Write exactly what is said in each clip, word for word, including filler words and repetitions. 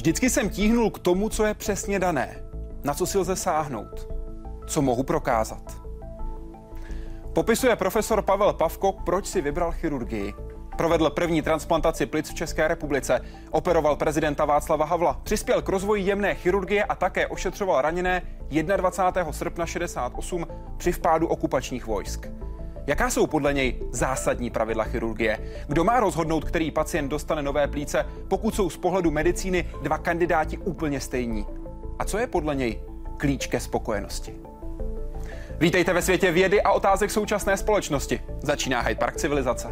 Vždycky jsem tíhnul k tomu, co je přesně dané, na co si lze sáhnout, co mohu prokázat. Popisuje profesor Pavel Pavko, proč si vybral chirurgii. Provedl první transplantaci plic v České republice, operoval prezidenta Václava Havla, přispěl k rozvoji jemné chirurgie a také ošetřoval raněné dvacátého prvního srpna šedesát osm při vpádu okupačních vojsk. Jaká jsou podle něj zásadní pravidla chirurgie? Kdo má rozhodnout, který pacient dostane nové plíce, pokud jsou z pohledu medicíny dva kandidáti úplně stejní? A co je podle něj klíč ke spokojenosti? Vítejte ve světě vědy a otázek současné společnosti. Začíná Hyde Park civilizace.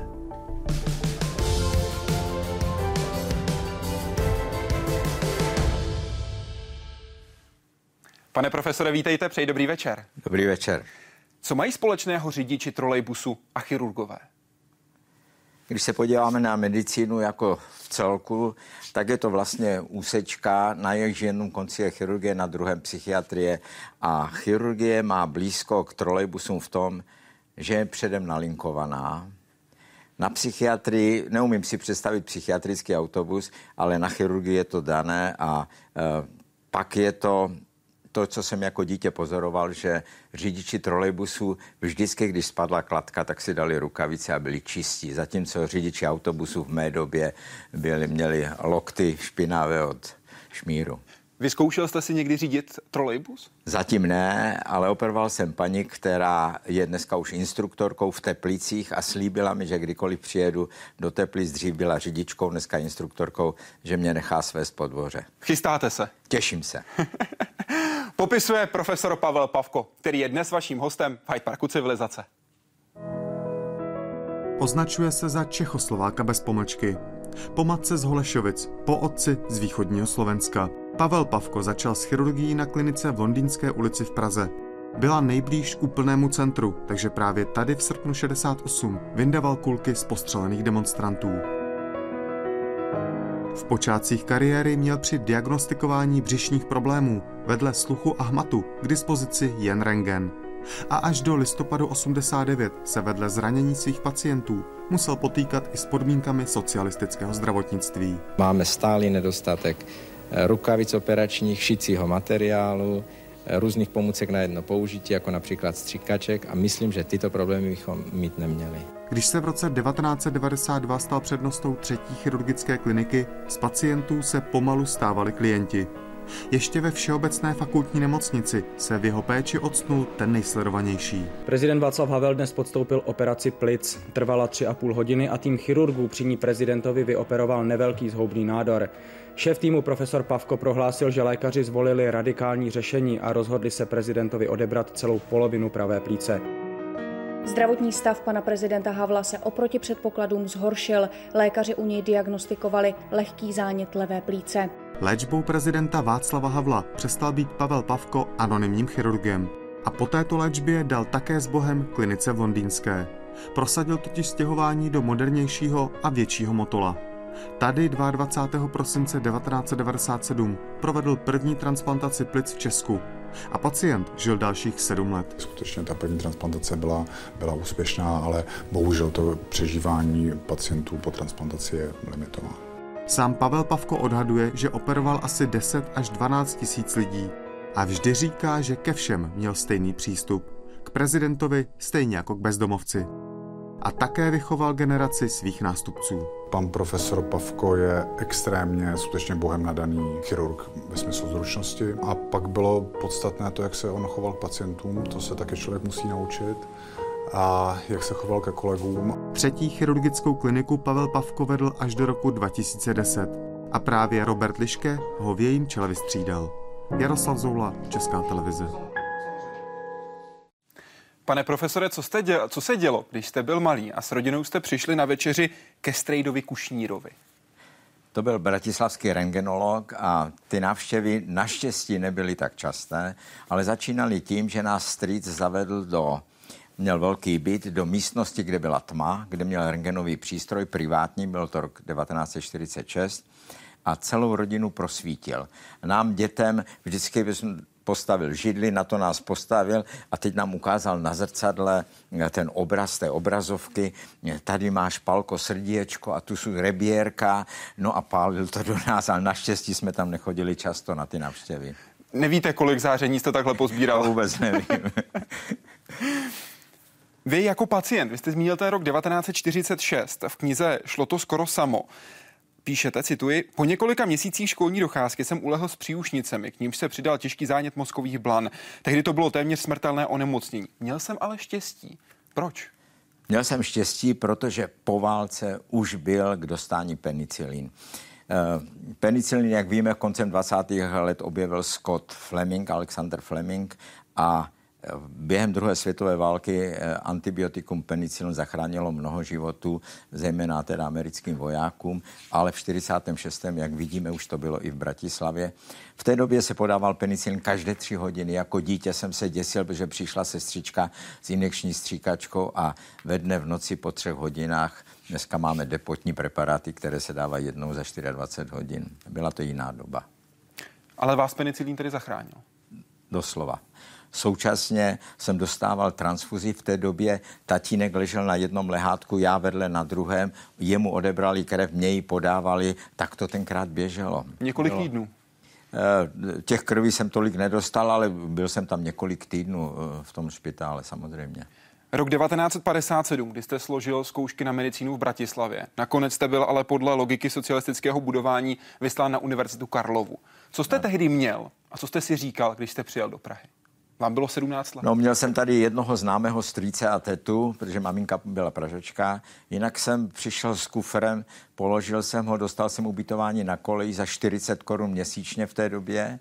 Pane profesore, vítejte, přeji dobrý večer. Dobrý večer. Co mají společného řidiči trolejbusu a chirurgové? Když se podíváme na medicínu jako v celku, tak je to vlastně úsečka, na jejíž jednom konci je chirurgie, na druhém psychiatrie. A chirurgie má blízko k trolejbusům v tom, že je předem nalinkovaná. Na psychiatrii, neumím si představit psychiatrický autobus, ale na chirurgii je to dané a e, pak je to to, co jsem jako dítě pozoroval, že řidiči trolejbusů vždycky, když spadla kladka, tak si dali rukavice a byli čistí. Zatímco řidiči autobusů v mé době byli, měli lokty špinavé od šmíru. Vyzkoušel jste si někdy řídit trolejbus? Zatím ne, ale operoval jsem paní, která je dneska už instruktorkou v Teplicích a slíbila mi, že kdykoliv přijedu do Teplic, dřív byla řidičkou, dneska instruktorkou, že mě nechá svést po dvoře. Chystáte se? Těším se. Popisuje profesor Pavel Pavko, který je dnes vaším hostem v Hyde Parku civilizace. Označuje se za Čechoslováka bez pomlčky. Po matce z Holešovic, po otci z východního Slovenska. Pavel Pavko začal s chirurgií na klinice v Londýnské ulici v Praze. Byla nejblíž k úplnému centru, takže právě tady v srpnu šedesát osm vyndaval kulky z postřelených demonstrantů. V počátcích kariéry měl při diagnostikování břišních problémů vedle sluchu a hmatu k dispozici jen rentgen. A až do listopadu osmdesát devět se vedle zranění svých pacientů musel potýkat i s podmínkami socialistického zdravotnictví. Máme stálý nedostatek rukavic operačních, šicího materiálu, různých pomůcek na jedno použití, jako například stříkaček, a myslím, že tyto problémy bychom mít neměli. Když se v roce devatenáct set devadesát dva stal přednostou třetí chirurgické kliniky, z pacientů se pomalu stávali klienti. Ještě ve Všeobecné fakultní nemocnici se v jeho péči octnul ten nejsledovanější. Prezident Václav Havel dnes podstoupil operaci plic. Trvala tři a půl hodiny a tým chirurgů při ní prezidentovi vyoperoval nevelký zhoubný nádor. Šéf týmu profesor Pavko prohlásil, že lékaři zvolili radikální řešení a rozhodli se prezidentovi odebrat celou polovinu pravé plíce. Zdravotní stav pana prezidenta Havla se oproti předpokladům zhoršil. Lékaři u něj diagnostikovali lehký zánět levé plíce. Léčbou prezidenta Václava Havla přestal být Pavel Pavko anonymním chirurgem. A po této léčbě dal také s Bohem klinice v Londýnské. Prosadil totiž stěhování do modernějšího a většího Motola. Tady dvacátého druhého prosince devatenáct set devadesát sedm provedl první transplantaci plic v Česku a pacient žil dalších sedm let. Skutečně ta první transplantace byla, byla úspěšná, ale bohužel to přežívání pacientů po transplantaci je limitováno. Sám Pavel Pavko odhaduje, že operoval asi deset až dvanáct tisíc lidí a vždy říká, že ke všem měl stejný přístup. K prezidentovi stejně jako k bezdomovci. A také vychoval generaci svých nástupců. Pan profesor Pavko je extrémně skutečně bohem nadaný chirurg ve smyslu zručnosti. A pak bylo podstatné to, jak se on choval k pacientům, to se taky člověk musí naučit. A jak se choval ke kolegům. Třetí chirurgickou kliniku Pavel Pavko vedl až do roku dva tisíce deset. A právě Robert Liške ho v jejím čele vystřídal. Jaroslav Zoula, Česká televize. Pane profesore, co, jste děl, co se dělo, když jste byl malý a s rodinou jste přišli na večeři ke strejdovi Kušnírovi? To byl bratislavský rentgenolog a ty návštěvy naštěstí nebyly tak časté, ale začínaly tím, že nás strýc zavedl do, měl velký byt, do místnosti, kde byla tma, kde měl rentgenový přístroj privátní, byl to rok devatenáct set čtyřicet šest a celou rodinu prosvítil. Nám dětem vždycky postavil židli, na to nás postavil a teď nám ukázal na zrcadle ten obraz té obrazovky. Tady máš, Palko, srdíčko a tu jsou rebierka. No a pálil to do nás, ale naštěstí jsme tam nechodili často na ty návštěvy. Nevíte, kolik záření jste takhle pozbíral? Vůbec nevím. Vy jako pacient, vy jste zmínil ten rok devatenáct set čtyřicet šest. V knize Šlo to skoro samo. Píšete, cituji, po několika měsících školní docházky jsem ulehl s příušnicemi, k nímž se přidal těžký zánět mozkových blan. Tehdy to bylo téměř smrtelné onemocnění. Měl jsem ale štěstí. Proč? Měl jsem štěstí, protože po válce už byl k dostání penicilin. Penicilin, jak víme, koncem dvacátých let objevil Scott Fleming, Alexander Fleming, a během druhé světové války antibiotikum penicilin zachránilo mnoho životů, zejména teda americkým vojákům, ale v čtyřicátém šestém jak vidíme, už to bylo i v Bratislavě. V té době se podával penicilin každé tři hodiny. Jako dítě jsem se děsil, protože přišla sestřička s injekční stříkačkou a ve dne v noci po třech hodinách. Dneska máme depotní preparáty, které se dávají jednou za dvacet čtyři hodin. Byla to jiná doba. Ale vás penicilin tedy zachránil? Doslova. Současně jsem dostával transfuzi v té době, tatínek ležel na jednom lehátku, já vedle na druhém, jemu odebrali krev, mě ji podávali, tak to tenkrát běželo. Několik Bylo. týdnů? Těch krví jsem tolik nedostal, ale byl jsem tam několik týdnů v tom špitále samozřejmě. Rok devatenáct set padesát sedm, kdy jste složil zkoušky na medicínu v Bratislavě. Nakonec jste byl ale podle logiky socialistického budování vyslán na Univerzitu Karlovu. Co jste no. tehdy měl a co jste si říkal, když jste přijel do Prahy? Vám bylo sedmnáct let? No, měl jsem tady jednoho známého strýce a tetu, protože maminka byla Pražečka. Jinak jsem přišel s kufrem, položil jsem ho, dostal jsem ubytování na koleji za čtyřicet korun měsíčně v té době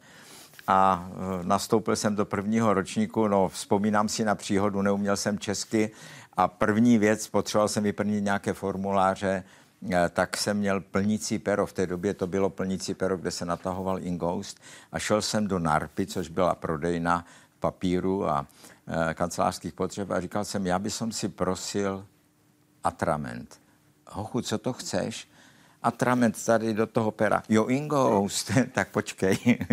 a nastoupil jsem do prvního ročníku. No, vzpomínám si na příhodu, neuměl jsem česky a první věc, potřeboval jsem vyplnit nějaké formuláře, tak jsem měl plnící pero. V té době to bylo plnící pero, kde se natahoval ingoust a šel jsem do Narpy, což byla prodejna papíru a e, kancelářských potřeb a říkal jsem, já bych si prosil atrament. Hochu, co to chceš? Atrament tady do toho pera. Jo, ingoust, tak počkej.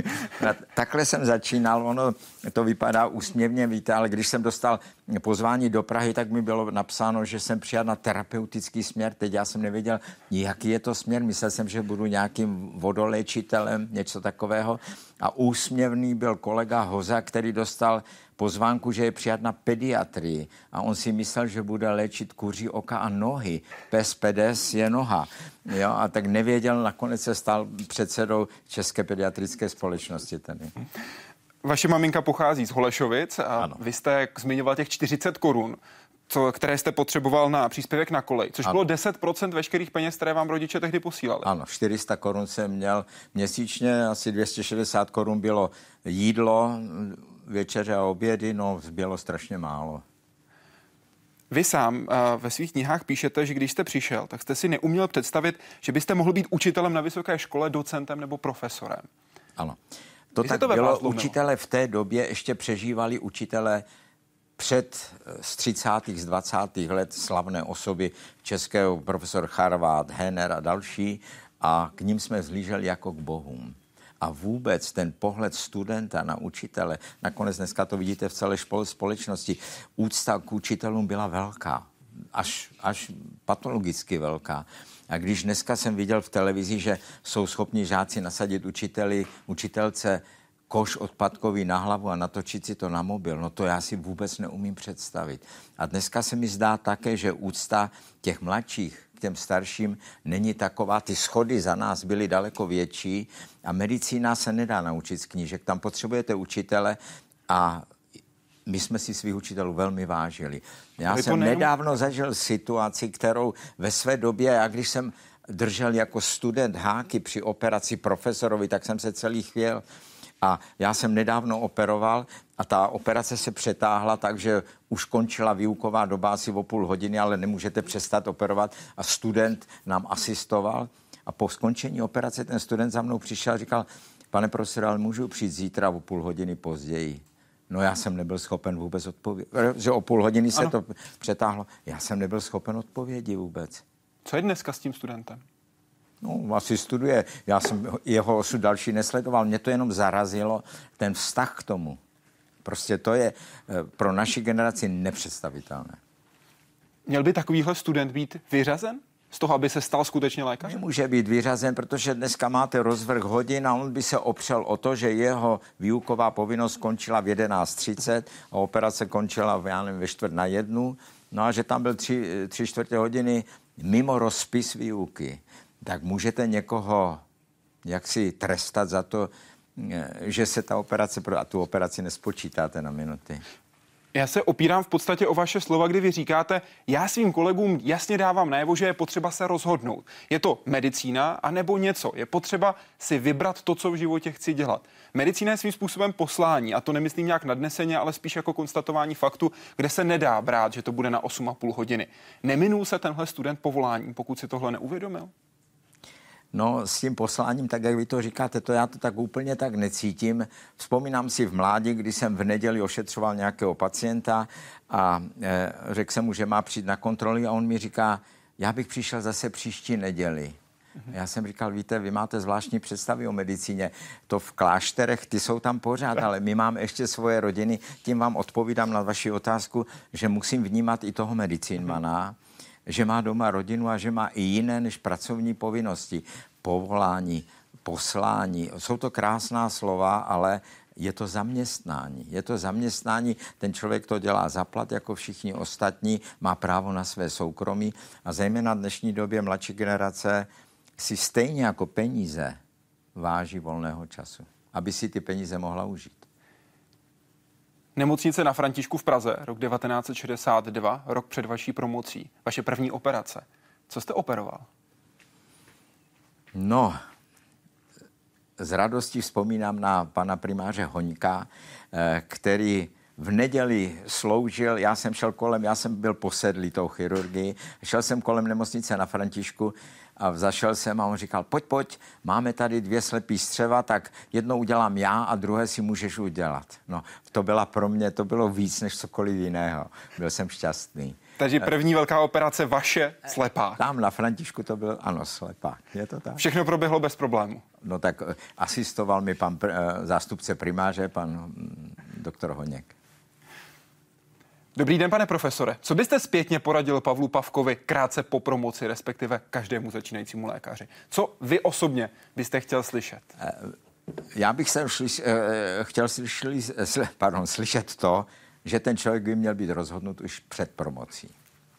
Takhle jsem začínal, ono to vypadá úsměvně, víte, ale když jsem dostal pozvání do Prahy, tak mi bylo napsáno, že jsem přijal na terapeutický směr. Teď já jsem nevěděl, jaký je to směr. Myslel jsem, že budu nějakým vodoléčitelem, něco takového. A úsměvný byl kolega Hoza, který dostal pozvánku, že je přijat na pediatrii. A on si myslel, že bude léčit kuří oka a nohy. Pes pedes je noha. Jo, a tak nevěděl, nakonec se stal předsedou České pediatrické společnosti. Tady. Vaše maminka pochází z Holešovic a ano. Vy jste zmiňoval těch čtyřicet korun, co, které jste potřeboval na příspěvek na kolej, což ano. bylo deset procent veškerých peněz, které vám rodiče tehdy posílali. Ano, čtyři sta korun jsem měl měsíčně, asi dvě stě šedesát korun bylo jídlo, večeře a obědy, no zbylo strašně málo. Vy sám uh, ve svých knihách píšete, že když jste přišel, tak jste si neuměl představit, že byste mohl být učitelem na vysoké škole, docentem nebo profesorem. Ano. To Vy tak to bylo, učitele v té době ještě přežívali učitele před z třicátých, z dvacátých let slavné osoby českého, profesor Charvát, Henner a další, a k ním jsme vzhlíželi jako k bohům. A vůbec ten pohled studenta na učitele, nakonec dneska to vidíte v celé společnosti, úcta k učitelům byla velká, až, až patologicky velká. A když dneska jsem viděl v televizi, že jsou schopni žáci nasadit učiteli, učitelce koš odpadkový na hlavu a natočit si to na mobil, no to já si vůbec neumím představit. A dneska se mi zdá také, že úcta těch mladších k těm starším není taková. Ty schody za nás byly daleko větší a medicína se nedá naučit z knížek. Tam potřebujete učitele a my jsme si svých učitelů velmi vážili. Já jsem nejen... nedávno zažil situaci, kterou ve své době, já když jsem držel jako student háky při operaci profesorovi, tak jsem se celý chvěl. A já jsem nedávno operoval a ta operace se přetáhla, takže už končila výuková doba asi o půl hodiny, ale nemůžete přestat operovat. A student nám asistoval a po skončení operace ten student za mnou přišel a říkal, pane profesor, ale můžu přijít zítra o půl hodiny později. No já jsem nebyl schopen vůbec odpovědět, že o půl hodiny se ano. to přetáhlo. Já jsem nebyl schopen odpovědět vůbec. Co je dneska s tím studentem? No, asi studuje. Já jsem jeho osud další nesledoval. Mě to jenom zarazilo, ten vztah k tomu. Prostě to je pro naši generaci nepředstavitelné. Měl by takovýhle student být vyřazen z toho, aby se stal skutečně lékařem? Nemůže být vyřazen, protože dneska máte rozvrh hodin a on by se opřel o to, že jeho výuková povinnost skončila v jedenáct třicet a operace končila v, já nevím, ve čtvrt na jednu. No a že tam byl tři, tři čtvrtě hodiny mimo rozpis výuky. Tak můžete někoho jaksi trestat za to, že se ta operace, a tu operaci nespočítáte na minuty. Já se opírám v podstatě o vaše slova, kdy vy říkáte, já svým kolegům jasně dávám najevo, že je potřeba se rozhodnout. Je to medicína anebo něco. Je potřeba si vybrat to, co v životě chci dělat. Medicína je svým způsobem poslání a to nemyslím nějak nadneseně, ale spíš jako konstatování faktu, kde se nedá brát, že to bude na osm a půl hodiny. Neminul se tenhle student povoláním, pokud si tohle neuvědomil? No, s tím posláním, tak jak vy to říkáte, to já to tak úplně tak necítím. Vzpomínám si v mládí, kdy jsem v neděli ošetřoval nějakého pacienta a e, řekl jsem mu, že má přijít na kontrolu a on mi říká, já bych přišel zase příští neděli. Mm-hmm. Já jsem říkal, víte, vy máte zvláštní představy o medicíně. To v klášterech, ty jsou tam pořád, ale my máme ještě svoje rodiny. Tím vám odpovídám na vaši otázku, že musím vnímat i toho medicínmana, mm-hmm. že má doma rodinu a že má i jiné než pracovní povinnosti, povolání, poslání. Jsou to krásná slova, ale je to zaměstnání. Je to zaměstnání, ten člověk to dělá za plat jako všichni ostatní, má právo na své soukromí a zejména v dnešní době mladší generace si stejně jako peníze váží volného času, aby si ty peníze mohla užít. Nemocnice na Františku v Praze, rok devatenáct set šedesát dva, rok před vaší promocí, vaše první operace. Co jste operoval? No, s radostí vzpomínám na pana primáře Hoňka, který v neděli sloužil, já jsem šel kolem, já jsem byl posedlý tou chirurgii, šel jsem kolem nemocnice na Františku a zašel jsem a on říkal, pojď, pojď, máme tady dvě slepý střeva, tak jedno udělám já a druhé si můžeš udělat. No, to byla pro mě, to bylo víc než cokoliv jiného. Byl jsem šťastný. Takže první velká operace vaše, slepák. Tam na Františku to byl, ano, slepák. Je to tak? Všechno proběhlo bez problému. No tak asistoval mi pan zástupce primáře, pan doktor Honěk. Dobrý den, pane profesore. Co byste zpětně poradil Pavlu Pavkovi krátce po promoci, respektive každému začínajícímu lékaři? Co vy osobně byste chtěl slyšet? Já bych se šli, chtěl slyšeli, pardon, slyšet to, že ten člověk by měl být rozhodnut už před promocí.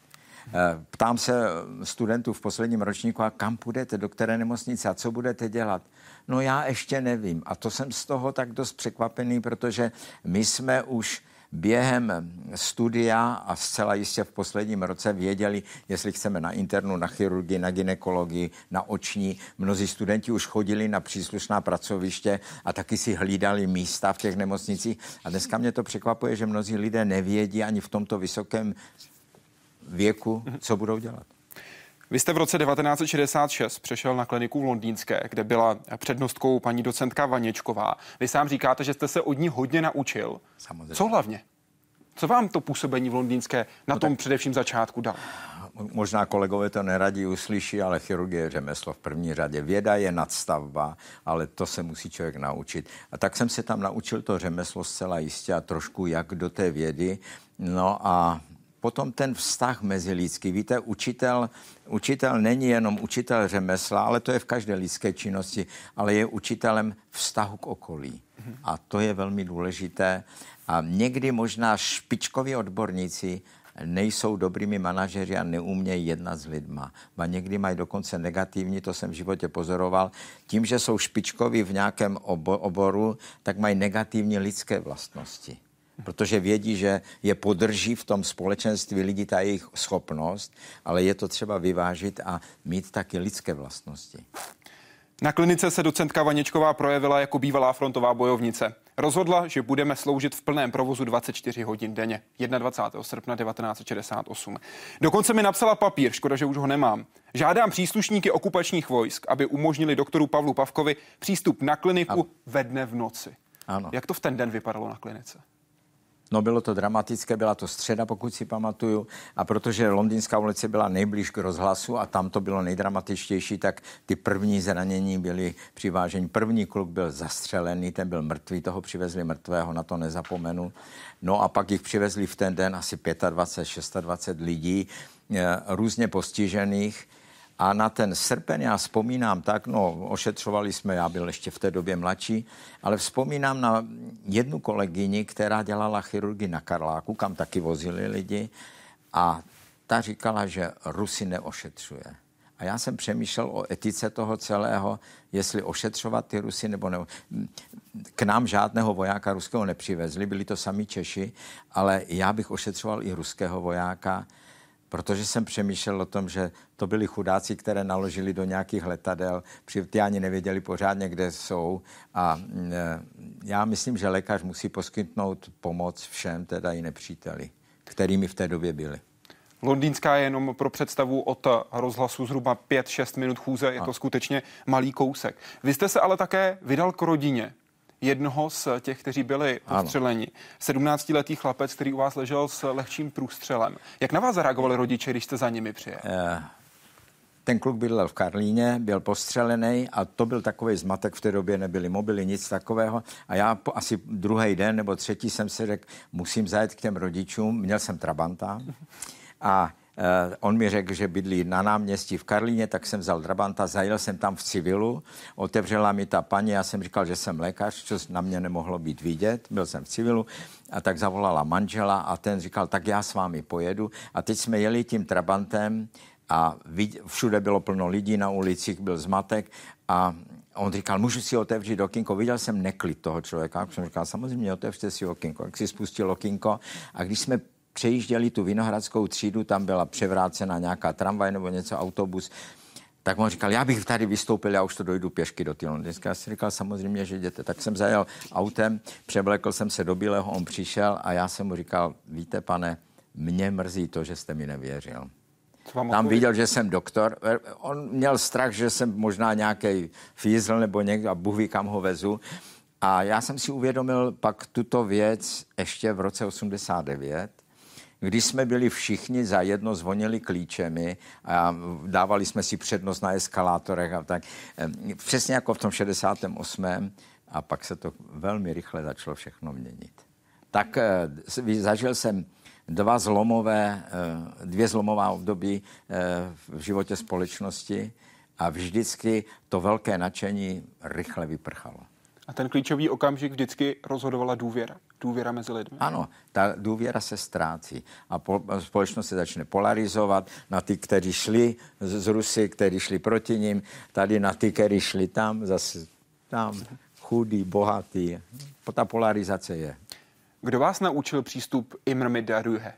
Ptám se studentů v posledním ročníku, a kam půjdete, do které nemocnice a co budete dělat? No já ještě nevím. A to jsem z toho tak dost překvapený, protože my jsme už během studia a zcela jistě v posledním roce věděli, jestli chceme na internu, na chirurgii, na gynekologii, na oční. Mnozí studenti už chodili na příslušná pracoviště a taky si hlídali místa v těch nemocnicích. A dneska mě to překvapuje, že mnozí lidé nevědí ani v tomto vysokém věku, co budou dělat. Vy jste v roce devatenáct set šedesát šest přešel na kliniku v Londýnské, kde byla přednostkou paní docentka Vaněčková. Vy sám říkáte, že jste se od ní hodně naučil. Samozřejmě. Co hlavně? Co vám to působení v Londýnské na no tom tak především začátku dalo? Možná kolegové to neradí uslyší, ale chirurgie je řemeslo v první řadě. Věda je nadstavba, ale to se musí člověk naučit. A tak jsem se tam naučil to řemeslo zcela jistě a trošku jak do té vědy. No a potom ten vztah mezilidský. Víte, učitel, učitel není jenom učitel řemesla, ale to je v každé lidské činnosti, ale je učitelem vztahu k okolí. A to je velmi důležité. A někdy možná špičkoví odborníci nejsou dobrými manažeři a neumějí jednat s lidma. A někdy mají dokonce negativní, to jsem v životě pozoroval. Tím, že jsou špičkoví v nějakém oboru, tak mají negativní lidské vlastnosti. Protože vědí, že je podrží v tom společenství lidí ta jejich schopnost, ale je to třeba vyvážit a mít taky lidské vlastnosti. Na klinice se docentka Vaněčková projevila jako bývalá frontová bojovnice. Rozhodla, že budeme sloužit v plném provozu dvacet čtyři hodin denně. dvacátého prvního srpna devatenáct set šedesát osm. Dokonce mi napsala papír, škoda, že už ho nemám. Žádám příslušníky okupačních vojsk, aby umožnili doktoru Pavlu Pavkovi přístup na kliniku ano. ve dne v noci. Ano. Jak to v ten den vypadalo na klinice? No bylo to dramatické, byla to středa, pokud si pamatuju, a protože Londýnská ulice byla nejblíž k rozhlasu a tam to bylo nejdramatičtější, tak ty první zranění byly přivážení. První kluk byl zastřelený, ten byl mrtvý, toho přivezli mrtvého, na to nezapomenu. No a pak jich přivezli v ten den asi dvacet pět, dvacet šest lidí, různě postižených. A na ten srpen já vzpomínám tak, no ošetřovali jsme, já byl ještě v té době mladší, ale vzpomínám na jednu kolegyni, která dělala chirurgii na Karláku, kam taky vozili lidi, a ta říkala, že Rusy neošetřuje. A já jsem přemýšlel o etice toho celého, jestli ošetřovat ty Rusy nebo ne. K nám žádného vojáka ruského nepřivezli, byli to sami Češi, ale já bych ošetřoval i ruského vojáka, protože jsem přemýšlel o tom, že to byli chudáci, které naložili do nějakých letadel, ty ani nevěděli pořádně, kde jsou. A já myslím, že lékař musí poskytnout pomoc všem, teda i nepříteli, kterými v té době byli. Londýnská je jenom pro představu od rozhlasu zhruba pět šest minut chůze, je to skutečně malý kousek. Vy jste se ale také vydal k rodině jednoho z těch, kteří byli postřeleni. sedmnáctiletý chlapec, který u vás ležel s lehčím průstřelem. Jak na vás zareagovali rodiče, když jste za nimi přijel? Ten kluk bydlel v Karlíně, byl postřelený a to byl takový zmatek, v té době nebyly mobily, nic takového. A já po asi druhý den nebo třetí jsem si řekl, musím zajet k těm rodičům. Měl jsem Trabanta a Uh, on mi řekl, že bydlí na náměstí v Karlíně, tak jsem vzal Trabanta, zajel jsem tam v civilu, otevřela mi ta paní, já jsem říkal, že jsem lékař, což na mě nemohlo být vidět, byl jsem v civilu, a tak zavolala manžela a ten říkal, tak já s vámi pojedu. A teď jsme jeli tím Trabantem a všude bylo plno lidí na ulicích, byl zmatek a on říkal, můžu si otevřít okýnko. Viděl jsem neklid toho člověka, jsem říkal, samozřejmě otevřte si okýnko. Jak si spustil okýnko a když jsme přejížděli tu Vinohradskou třídu, tam byla převrácena nějaká tramvaj nebo něco, autobus, tak on říkal, já bych tady vystoupil, já už to dojdu pěšky do té Londýnské. Já si říkal, samozřejmě, že jděte. Tak jsem zajel autem, převlekl jsem se do bílého, on přišel a já jsem mu říkal, víte, pane, mě mrzí to, že jste mi nevěřil. Tam viděl, že jsem doktor. On měl strach, že jsem možná nějaký fízl nebo někdo a Bůh ví, kam ho vezu. A já jsem si uvědomil pak tuto věc ještě v roce osmdesát devět, když jsme byli všichni zajedno, zvonili klíčemi a dávali jsme si přednost na eskalátorech a tak. Přesně jako v tom šedesátém osmém a pak se to velmi rychle začalo všechno měnit. Tak zažil jsem dva zlomové, dvě zlomová období v životě společnosti a vždycky to velké nadšení rychle vyprchalo. A ten klíčový okamžik vždycky rozhodovala důvěra. Důvěra mezi lidmi. Ano, ta důvěra se ztrácí a po, společnost se začne polarizovat na ty, kteří šli z, z Rusy, kteří šli proti nim, tady na ty, kteří šli tam, zase tam, chudý, bohatý. Ta polarizace je. Kdo vás naučil přístup Imre der Ruhe?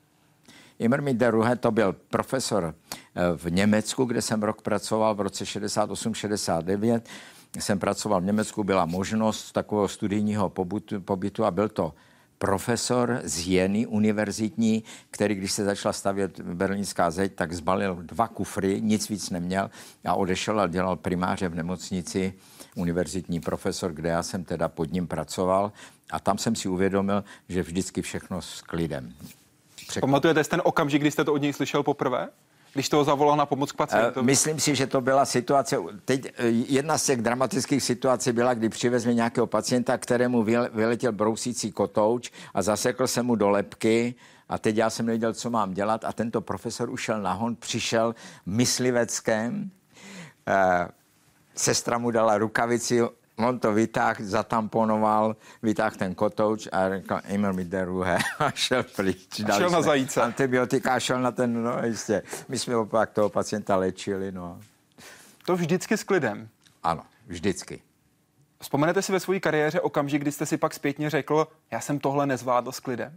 Imre der Ruhe to byl profesor v Německu, kde jsem rok pracoval v roce šedesát osm šedesát devět. Jsem pracoval v Německu, byla možnost takového studijního pobytu, pobytu a byl to profesor z Jeny univerzitní, který, když se začala stavět berlínská zeď, tak zbalil dva kufry, nic víc neměl a odešel a dělal primáře v nemocnici, univerzitní profesor, kde já jsem teda pod ním pracoval a tam jsem si uvědomil, že vždycky všechno s klidem. Překl... Pamatujete ten okamžik, kdy jste to od něj slyšel poprvé? Když toho zavolal na pomoc k pacientovi? Myslím si, že to byla situace, teď jedna z těch dramatických situací byla, kdy přivezli nějakého pacienta, kterému vyletěl brousící kotouč a zasekl se mu do lebky a teď já jsem nevěděl, co mám dělat a tento profesor ušel na hon, přišel mysliveckém, eh, sestra mu dala rukavici, on to vytáhl, zatamponoval, vytáhl ten kotouč a řekl Imre der Ruhe a šel pryč. A šel na zajíce. Antibiotika a šel na ten, no jistě. My jsme opak toho pacienta léčili, no. To vždycky s klidem? Ano, vždycky. Vzpomenete si ve své kariéře okamžik, kdy jste si pak zpětně řekl, já jsem tohle nezvládl s klidem?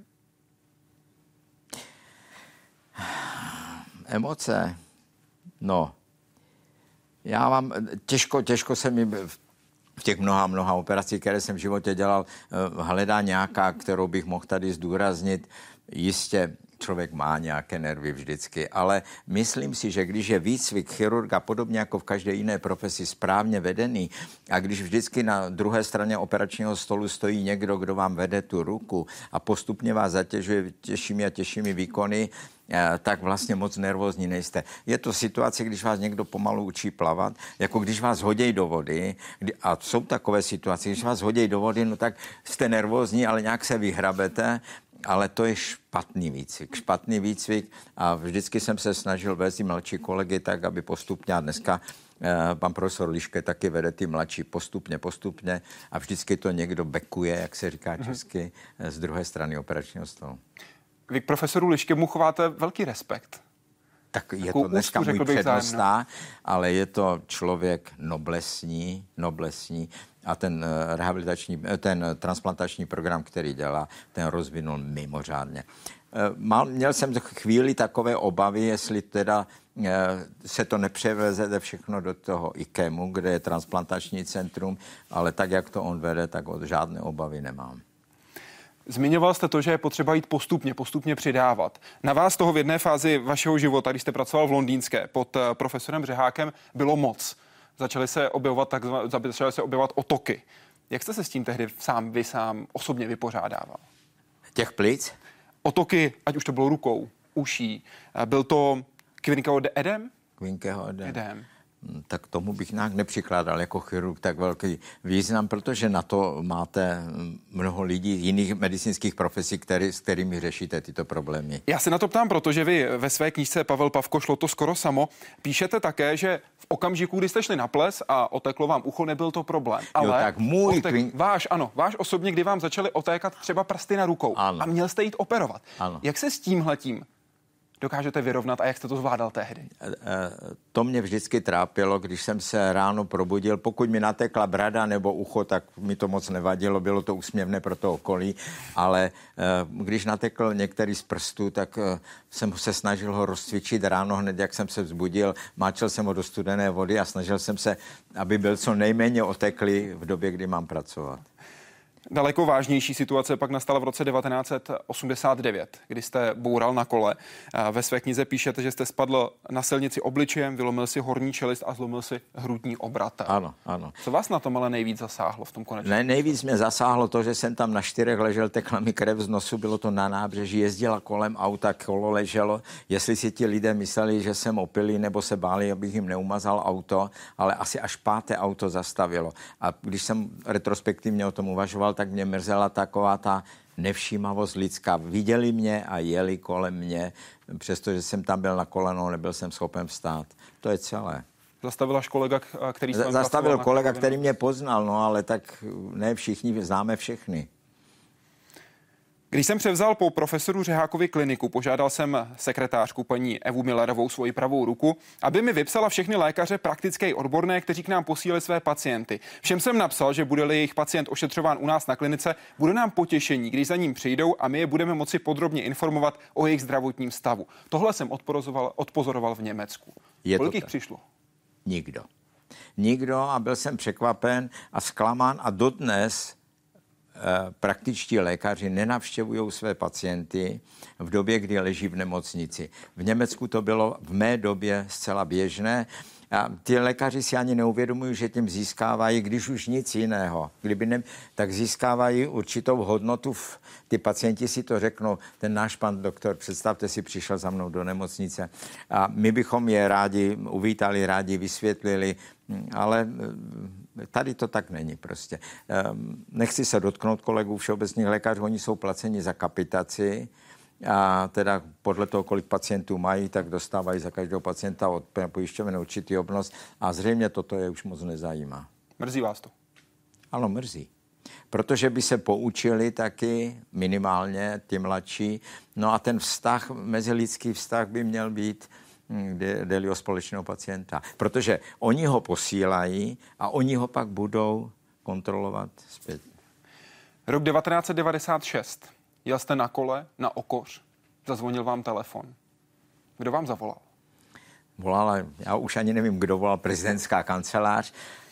Emoce? No. Já mám, těžko, těžko se mi v těch mnoha, mnoha operacích, které jsem v životě dělal, hledá nějaká, kterou bych mohl tady zdůraznit. Jistě člověk má nějaké nervy vždycky, ale myslím si, že když je výcvik chirurga podobně jako v každé jiné profesi správně vedený a když vždycky na druhé straně operačního stolu stojí někdo, kdo vám vede tu ruku a postupně vás zatěžuje těžšími a těžšími výkony, tak vlastně moc nervózní nejste. Je to situace, když vás někdo pomalu učí plavat, jako když vás hodějí do vody, a jsou takové situace, když vás hodějí do vody, no tak jste nervózní, ale nějak se vyhrabete, ale to je špatný výcvik. Špatný výcvik a vždycky jsem se snažil vést i mladší kolegy tak, aby postupně, a dneska pan profesor Liške taky vede ty mladší postupně, postupně a vždycky to někdo bekuje, jak se říká česky, mm-hmm. z druhé strany operačního stolu. Vy k profesoru Liškemu chováte velký respekt. Tak je to dneska můj přednosta, ale je to člověk noblesní, noblesní a ten rehabilitační, ten transplantační program, který dělá, ten rozvinul mimořádně. Mal, měl jsem chvíli takové obavy, jestli teda se to nepřeveze všechno do toho IKEMu, kde je transplantační centrum, ale tak, jak to on vede, tak od žádné obavy nemám. Zmiňoval jste to, že je potřeba jít postupně, postupně přidávat. Na vás toho v jedné fázi vašeho života, když jste pracoval v Londýnské pod profesorem Řehákem, bylo moc. Začaly se objevovat, takzvané, začaly se objevovat otoky. Jak jste se s tím tehdy sám, vy sám osobně vypořádával? Těch plic? Otoky, ať už to bylo rukou, uší. Byl to Quinckeho edém? Quinckeho edém. edém. Tak tomu bych nějak nepřikládal jako chirurg tak velký význam, protože na to máte mnoho lidí jiných medicínských profesí, který, s kterými řešíte tyto problémy. Já se na to ptám, protože vy ve své knížce Pavel Pavko, Šlo to skoro samo, píšete také, že v okamžiku, kdy jste šli na ples a oteklo vám ucho, nebyl to problém. Ale jo, tak můj otek, kvin... váš, ano, váš osobně, kdy vám začaly otékat třeba prsty na rukou ano. a měl jste jít operovat. Ano. Jak se s tímhletím dokážete vyrovnat a jak jste to zvládal tehdy? To mě vždycky trápilo, když jsem se ráno probudil. Pokud mi natekla brada nebo ucho, tak mi to moc nevadilo, bylo to úsměvné pro to okolí, ale když natekl některý z prstů, tak jsem se snažil ho rozcvičit ráno hned, jak jsem se vzbudil. Máčel jsem ho do studené vody a snažil jsem se, aby byl co nejméně oteklý v době, kdy mám pracovat. Daleko vážnější situace pak nastala v roce devatenáct set osmdesát devět, kdy jste boural na kole. Ve své knize píšete, že jste spadl na silnici obličejem, vylomil si horní čelist a zlomil si hrudní obrat. Ano, ano. Co vás na tom ale nejvíc zasáhlo v tom konečném? Ne, nejvíc mě zasáhlo to, že jsem tam na čtyřech ležel, tekla mi krev z nosu, bylo to na nábřeží, jezdila kolem auta, kolo leželo. Jestli si ti lidé mysleli, že jsem opilý nebo se báli, abych jim neumazal auto, ale asi až páté auto zastavilo. A když jsem retrospektivně o tom uvažoval, tak mě mrzela taková ta nevšímavost lidská. Viděli mě a jeli kolem mě, přestože jsem tam byl na kolenou, nebyl jsem schopen vstát. To je celé. Zastavil až kolega, který Z- Zastavil kolega, který mě poznal, no ale tak ne všichni, známe všechny. Když jsem převzal po profesoru Řehákovi kliniku, požádal jsem sekretářku paní Evu Millerovou, svoji pravou ruku, aby mi vypsala všechny lékaře praktické i odborné, kteří k nám posílali své pacienty. Všem jsem napsal, že bude-li jejich pacient ošetřován u nás na klinice, bude nám potěšení, když za ním přijdou a my je budeme moci podrobně informovat o jejich zdravotním stavu. Tohle jsem odpozoroval, odpozoroval v Německu. Je Kolik jich přišlo? Nikdo. Nikdo a byl jsem překvapen a zklamán a dodnes praktičtí lékaři nenavštěvují své pacienty v době, kdy leží v nemocnici. V Německu to bylo v mé době zcela běžné a ty lékaři si ani neuvědomují, že tím získávají, když už nic jiného, kdyby ne, tak získávají určitou hodnotu. V, ty pacienti si to řeknou, ten náš pan doktor, představte si, přišel za mnou do nemocnice a my bychom je rádi uvítali, rádi vysvětlili, ale tady to tak není prostě. Nechci se dotknout kolegů všeobecných lékařů, oni jsou placeni za kapitaci a teda podle toho, kolik pacientů mají, tak dostávají za každého pacienta od pojišťovny určitý obnos a zřejmě toto je už moc nezajímá. Mrzí vás to? Ano, mrzí. Protože by se poučili taky minimálně ty mladší. No a ten vztah, mezilidský vztah by měl být jde-li o společného pacienta. Protože oni ho posílají a oni ho pak budou kontrolovat zpět. Rok devatenáct set devadesát šest. Jel jste na kole na Okoř. Zazvonil vám telefon. Kdo vám zavolal? Volala, já už ani nevím, kdo volal, prezidentská kancelář.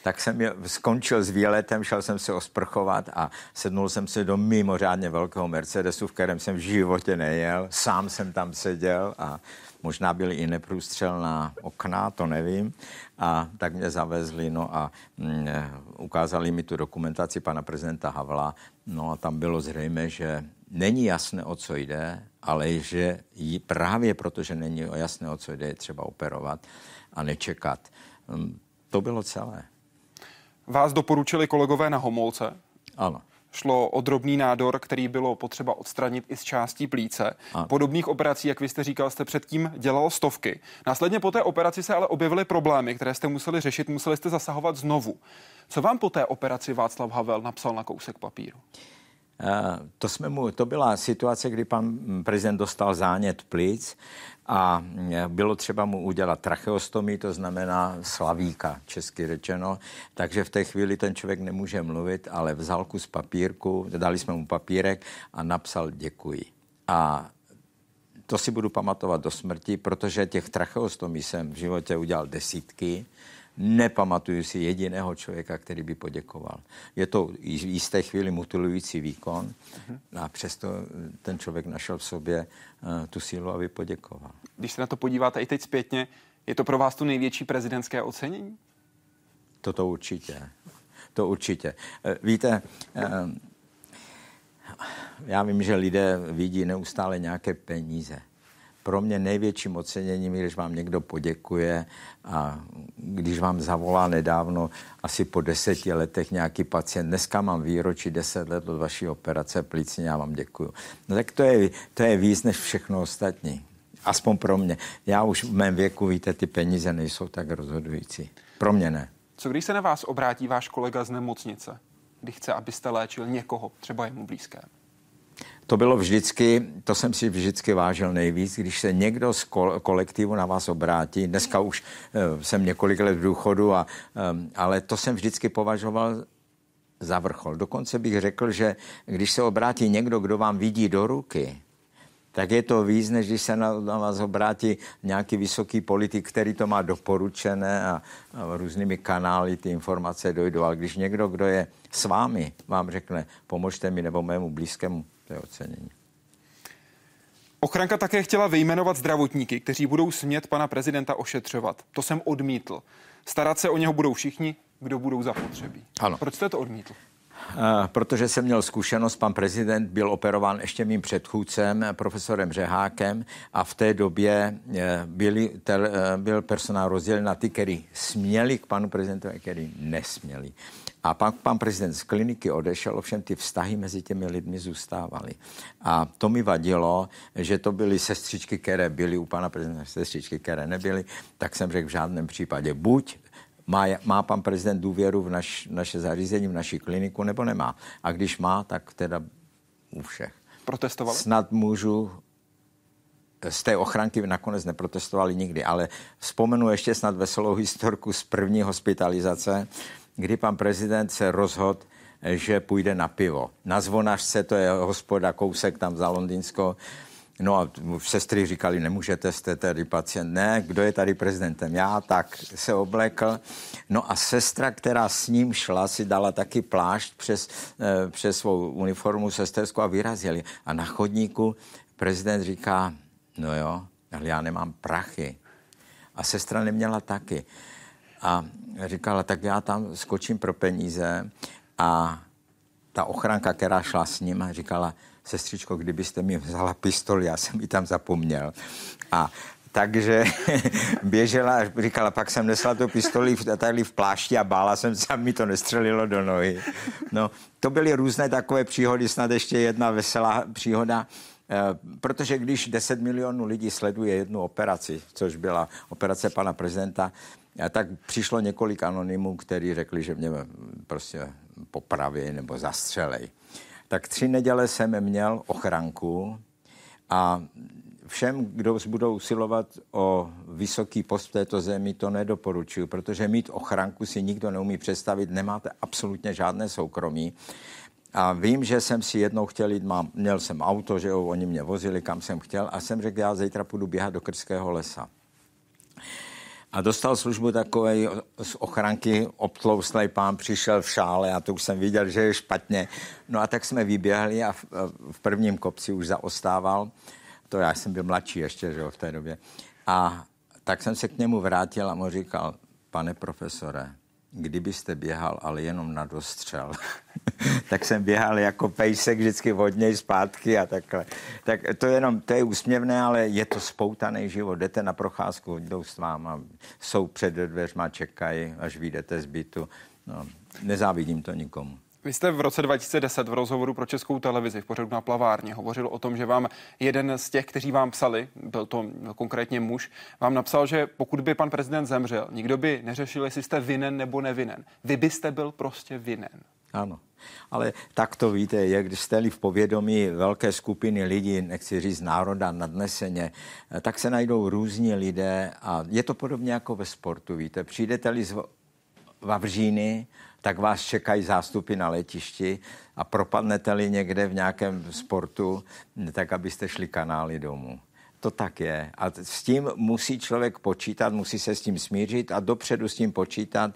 Tak jsem je, skončil s výletem, šel jsem se osprchovat a sednul jsem se do mimořádně velkého Mercedesu, v kterém jsem v životě nejel. Sám jsem tam seděl a možná byly i neprůstřelná okna, to nevím. A tak mě zavezli, no a mm, ukázali mi tu dokumentaci pana prezidenta Havla. No a tam bylo zřejmé, že není jasné, o co jde, ale že jí právě proto, že není jasné, o co jde, je třeba operovat a nečekat. To bylo celé. Vás doporučili kolegové na Homolce? Ano. Šlo o drobný nádor, který bylo potřeba odstranit i z částí plíce. Ano. Podobných operací, jak vy jste říkal, jste předtím dělal stovky. Následně po té operaci se ale objevily problémy, které jste museli řešit, museli jste zasahovat znovu. Co vám po té operaci Václav Havel napsal na kousek papíru? Uh, to, jsme mu, to byla situace, kdy pan prezident dostal zánět plic a bylo třeba mu udělat tracheostomii, to znamená slavíka, česky řečeno. Takže v té chvíli ten člověk nemůže mluvit, ale vzal kus papírku, dali jsme mu papírek a napsal děkuji. A to si budu pamatovat do smrti, protože těch tracheostomí jsem v životě udělal desítky. Nepamatuju si jediného člověka, který by poděkoval. Je to v jisté chvíli mutilující výkon a přesto ten člověk našel v sobě uh, tu sílu, aby poděkoval. Když se na to podíváte i teď zpětně, je to pro vás to největší prezidentské ocenění? Toto určitě. To určitě. Uh, víte, uh, já vím, že lidé vidí neustále nějaké peníze. Pro mě největším oceněním, když vám někdo poděkuje a když vám zavolá nedávno, asi po deseti letech nějaký pacient, dneska mám výročí deset let od vaší operace plicní, já vám děkuju. No tak to je, to je víc než všechno ostatní. Aspoň pro mě. Já už v mém věku, víte, ty peníze nejsou tak rozhodující. Pro mě ne. Co když se na vás obrátí váš kolega z nemocnice, kdy chce, abyste léčil někoho, třeba jemu blízké? To bylo vždycky, to jsem si vždycky vážil nejvíc, když se někdo z kolektivu na vás obrátí. Dneska už uh, jsem několik let v důchodu, a, um, ale to jsem vždycky považoval za vrchol. Dokonce bych řekl, že když se obrátí někdo, kdo vám vidí do ruky, tak je to víc, než když se na, na vás obrátí nějaký vysoký politik, který to má doporučené a, a různými kanály ty informace dojdou. Ale když někdo, kdo je s vámi, vám řekne, pomožte mi nebo mému blízkému, to je ocenění. Ochranka také chtěla vyjmenovat zdravotníky, kteří budou smět pana prezidenta ošetřovat. To jsem odmítl. Starat se o něho budou všichni, kdo budou zapotřebí. Ano. Proč jste to odmítl? Uh, protože jsem měl zkušenost, pan prezident byl operován ještě mým předchůdcem, profesorem Řehákem, a v té době uh, byli, tel, uh, byl personál rozdělen na ty, kteří směli k panu prezidentovi, kteří nesměli. A pak pan prezident z kliniky odešel, ovšem ty vztahy mezi těmi lidmi zůstávaly. A to mi vadilo, že to byly sestřičky, které byly u pana prezidenta, sestřičky, které nebyly, tak jsem řekl v žádném případě buď Má, má pan prezident důvěru v naš, naše zařízení, v naši kliniku, nebo nemá. A když má, tak teda u všech. Protestovali? Snad můžu, z té ochranky nakonec neprotestovali nikdy, ale vzpomenu ještě snad veselou historku z první hospitalizace, kdy pan prezident se rozhodl, že půjde na pivo. Na Zvonařce, to je hospoda kousek tam za Londýnsko. No a sestry říkali, nemůžete, jste tady pacient. Ne, kdo je tady prezidentem? Já, tak se oblekl. No a sestra, která s ním šla, si dala taky plášť přes, eh, přes svou uniformu sesterskou a vyrazili. A na chodníku prezident říká, no jo, ale já nemám prachy. A sestra neměla taky. A říkala, tak já tam skočím pro peníze. A ta ochranka, která šla s ním, říkala, sestřičko, kdybyste mi vzala pistoli, já jsem ji tam zapomněl. A takže běžela a říkala, pak jsem nesla tu pistoli tady v plášti a bála jsem se, mi to nestřelilo do nohy. No, to byly různé takové příhody, snad ještě jedna veselá příhoda, protože když deset milionů lidí sleduje jednu operaci, což byla operace pana prezidenta, tak přišlo několik anonymů, kteří řekli, že mě prostě popraví nebo zastřelej. Tak tři neděle jsem měl ochranku a všem, kdo budou usilovat o vysoký post v této zemi, to nedoporučuji, protože mít ochranku si nikdo neumí představit, nemáte absolutně žádné soukromí. A vím, že jsem si jednou chtěl jít, mám, měl jsem auto, že jo, oni mě vozili, kam jsem chtěl, a jsem řekl, já zítra půjdu běhat do Krtského lesa. A dostal službu takovej z ochranky, obtlouslej pán přišel v šále a to už jsem viděl, že je špatně. No a tak jsme vyběhli a v, v prvním kopci už zaostával. To já jsem byl mladší ještě, že jo, v té době. A tak jsem se k němu vrátil a mu říkal, pane profesore, kdybyste běhal, ale jenom na dostřel. Tak jsem běhal jako pejsek vždycky od něj zpátky a takhle. Tak to je jenom, to je úsměvné, ale je to spoutaný život. Jdete na procházku, jdou s váma, jsou před dveřma, čekají, až vyjdete z bytu. No, nezávidím to nikomu. Vy jste v roce dva tisíce deset v rozhovoru pro Českou televizi v pořadu Na plavárně hovořil o tom, že vám jeden z těch, kteří vám psali, byl to konkrétně muž, vám napsal, že pokud by pan prezident zemřel, nikdo by neřešil, jestli jste vinen nebo nevinen. Vy byste byl prostě vinen. Ano, ale tak to víte, jak když jste v povědomí velké skupiny lidí, nechci říct národa nadneseně, tak se najdou různí lidé a je to podobně jako ve sportu, víte. Přijdete-li z Vavříny, tak vás čekají zástupy na letišti a propadnete-li někde v nějakém sportu, tak abyste šli kanály domů. To tak je. A s tím musí člověk počítat, musí se s tím smířit a dopředu s tím počítat,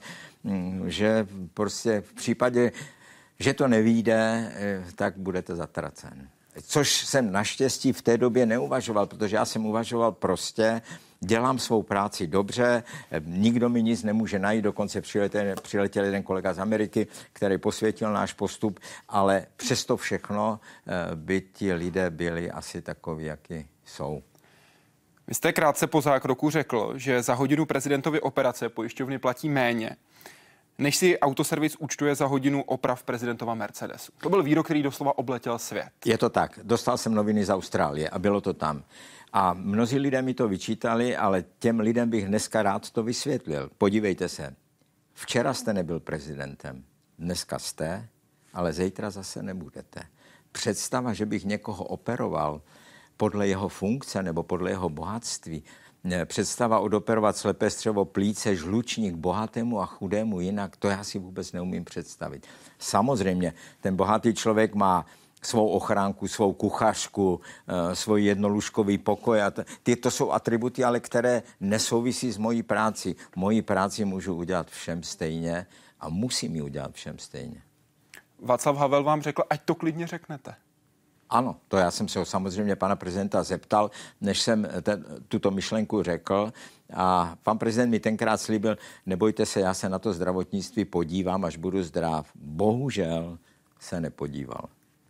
že prostě v případě, že to nevyjde, tak budete zatracen. Což jsem naštěstí v té době neuvažoval, protože já jsem uvažoval prostě, dělám svou práci dobře, nikdo mi nic nemůže najít, dokonce přiletěl, přiletěl jeden kolega z Ameriky, který posvětil náš postup, ale přesto všechno by ti lidé byli asi takoví, jaký jsou. Vy jste krátce po zákroku řekl, že za hodinu prezidentovy operace pojišťovny platí méně, než si autoservis účtuje za hodinu oprav prezidentova Mercedesu. To byl výrok, který doslova obletěl svět. Je to tak. Dostal jsem noviny z Austrálie a bylo to tam. A mnozí lidé mi to vyčítali, ale těm lidem bych dneska rád to vysvětlil. Podívejte se, včera jste nebyl prezidentem, dneska jste, ale zítra zase nebudete. Představa, že bych někoho operoval podle jeho funkce nebo podle jeho bohatství, představa odoperovat slepé střevo plíce, žlučník bohatému a chudému jinak, to já si vůbec neumím představit. Samozřejmě, ten bohatý člověk má svou ochránku, svou kuchařku, svůj jednolůžkový pokoj. A ty to jsou atributy, ale které nesouvisí s mojí práci. Moji práci můžu udělat všem stejně a musím ji udělat všem stejně. Václav Havel vám řekl, ať to klidně řeknete. Ano, to já jsem se ho samozřejmě pana prezidenta zeptal, než jsem ten, tuto myšlenku řekl. A pan prezident mi tenkrát slíbil, nebojte se, já se na to zdravotnictví podívám, až budu zdrav. Bohužel se nepodíval.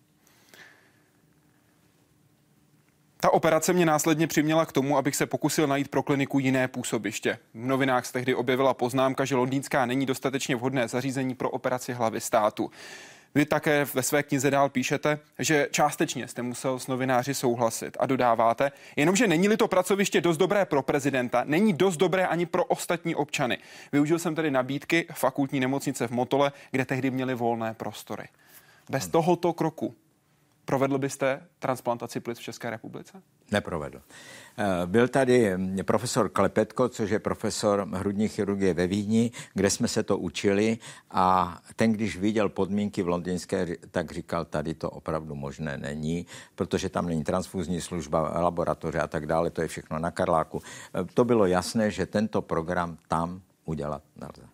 Ta operace mě následně přiměla k tomu, abych se pokusil najít pro kliniku jiné působiště. V novinách se tehdy objevila poznámka, že londýnská není dostatečně vhodné zařízení pro operaci hlavy státu. Vy také ve své knize dál píšete, že částečně jste musel s novináři souhlasit a dodáváte, jenomže není-li to pracoviště dost dobré pro prezidenta, není dost dobré ani pro ostatní občany. Využil jsem tedy nabídky fakultní nemocnice v Motole, kde tehdy měli volné prostory. Bez tohoto kroku provedl byste transplantaci plic v České republice? Neprovedl. Byl tady profesor Klepetko, což je profesor hrudní chirurgie ve Vídni, kde jsme se to učili a ten, když viděl podmínky v londýnské, tak říkal, tady to opravdu možné není, protože tam není transfuzní služba, laboratoře a tak dále, to je všechno na Karláku. To bylo jasné, že tento program tam udělat nelze.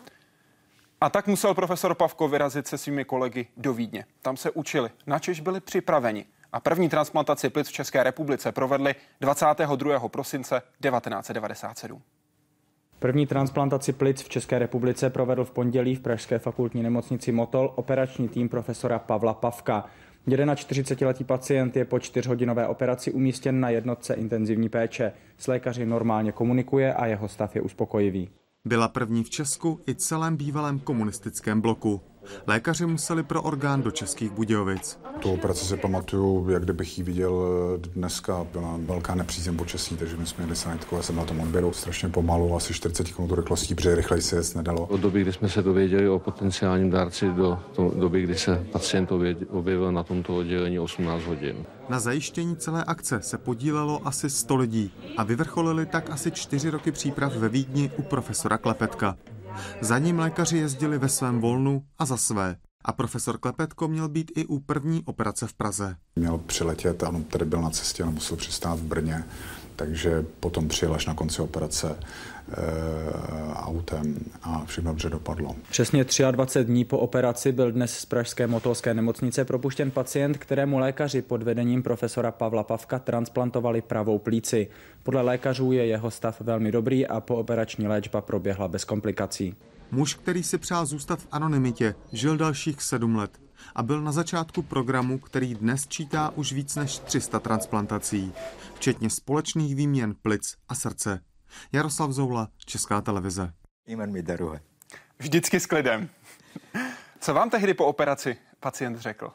A tak musel profesor Pavko vyrazit se svými kolegy do Vídně. Tam se učili, načež byli připraveni. A první transplantaci plic v České republice provedli dvacátého druhého prosince devatenáct set devadesát sedm. První transplantaci plic v České republice provedl v pondělí v pražské fakultní nemocnici Motol operační tým profesora Pavla Pavka. čtyřicetiletý pacient je po čtyřhodinové operaci umístěn na jednotce intenzivní péče. S lékaři normálně komunikuje a jeho stav je uspokojivý. Byla první v Česku i celém bývalém komunistickém bloku. Lékaři museli pro orgán do Českých Budějovic. Tu operaci si pamatuju, jak kdybych ji viděl dneska. Byla velká nepřízeň počasí, takže my jsme jeli sanitkou, já jsem na tom odběru strašně pomalu, asi čtyřicet kilometrů rychlostí, protože rychleji se jet nedalo. Od doby, kdy jsme se dověděli o potenciálním dárci, do doby, kdy se pacient objevil na tomto oddělení osmnáct hodin. Na zajištění celé akce se podílelo asi sto lidí a vyvrcholili tak asi čtyři roky příprav ve Vídni u profesora Klepetka. Za ním lékaři jezdili ve svém volnu a za své. A profesor Klepetko měl být i u první operace v Praze. Měl přiletět, ano, tady byl na cestě, ale musel přistát v Brně. takže potom přijel až na konci operace e, autem a všechno dobře dopadlo. Přesně dvacet tři dní po operaci byl dnes z pražské Motolské nemocnice propuštěn pacient, kterému lékaři pod vedením profesora Pavla Pavka transplantovali pravou plíci. Podle lékařů je jeho stav velmi dobrý a pooperační léčba proběhla bez komplikací. Muž, který si přál zůstat v anonymitě, žil dalších sedm let a byl na začátku programu, který dnes čítá už víc než tři sta transplantací, včetně společných výměn plic a srdce. Jaroslav Zoula, Česká televize. Jmen mi daruje. Vždycky s klidem. Co vám tehdy po operaci pacient řekl?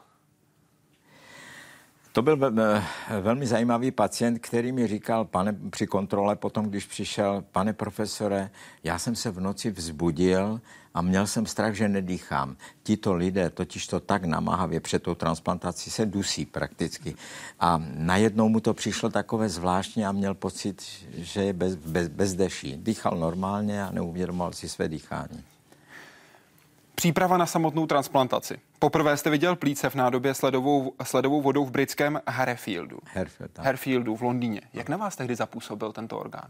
To byl velmi zajímavý pacient, který mi říkal pane, při kontrole potom, když přišel, pane profesore, já jsem se v noci vzbudil a měl jsem strach, že nedýchám. Tito lidé totiž to tak namáhavě před tou transplantací se dusí prakticky. A najednou mu to přišlo takové zvláštní a měl pocit, že je bez, bez, bezdeší. Dýchal normálně a neuvědomoval si své dýchání. Příprava na samotnou transplantaci. Poprvé jste viděl plíce v nádobě s ledovou, s ledovou vodou v britském Harefieldu. Harefield, Harefieldu v Londýně. Jak na vás tehdy zapůsobil tento orgán?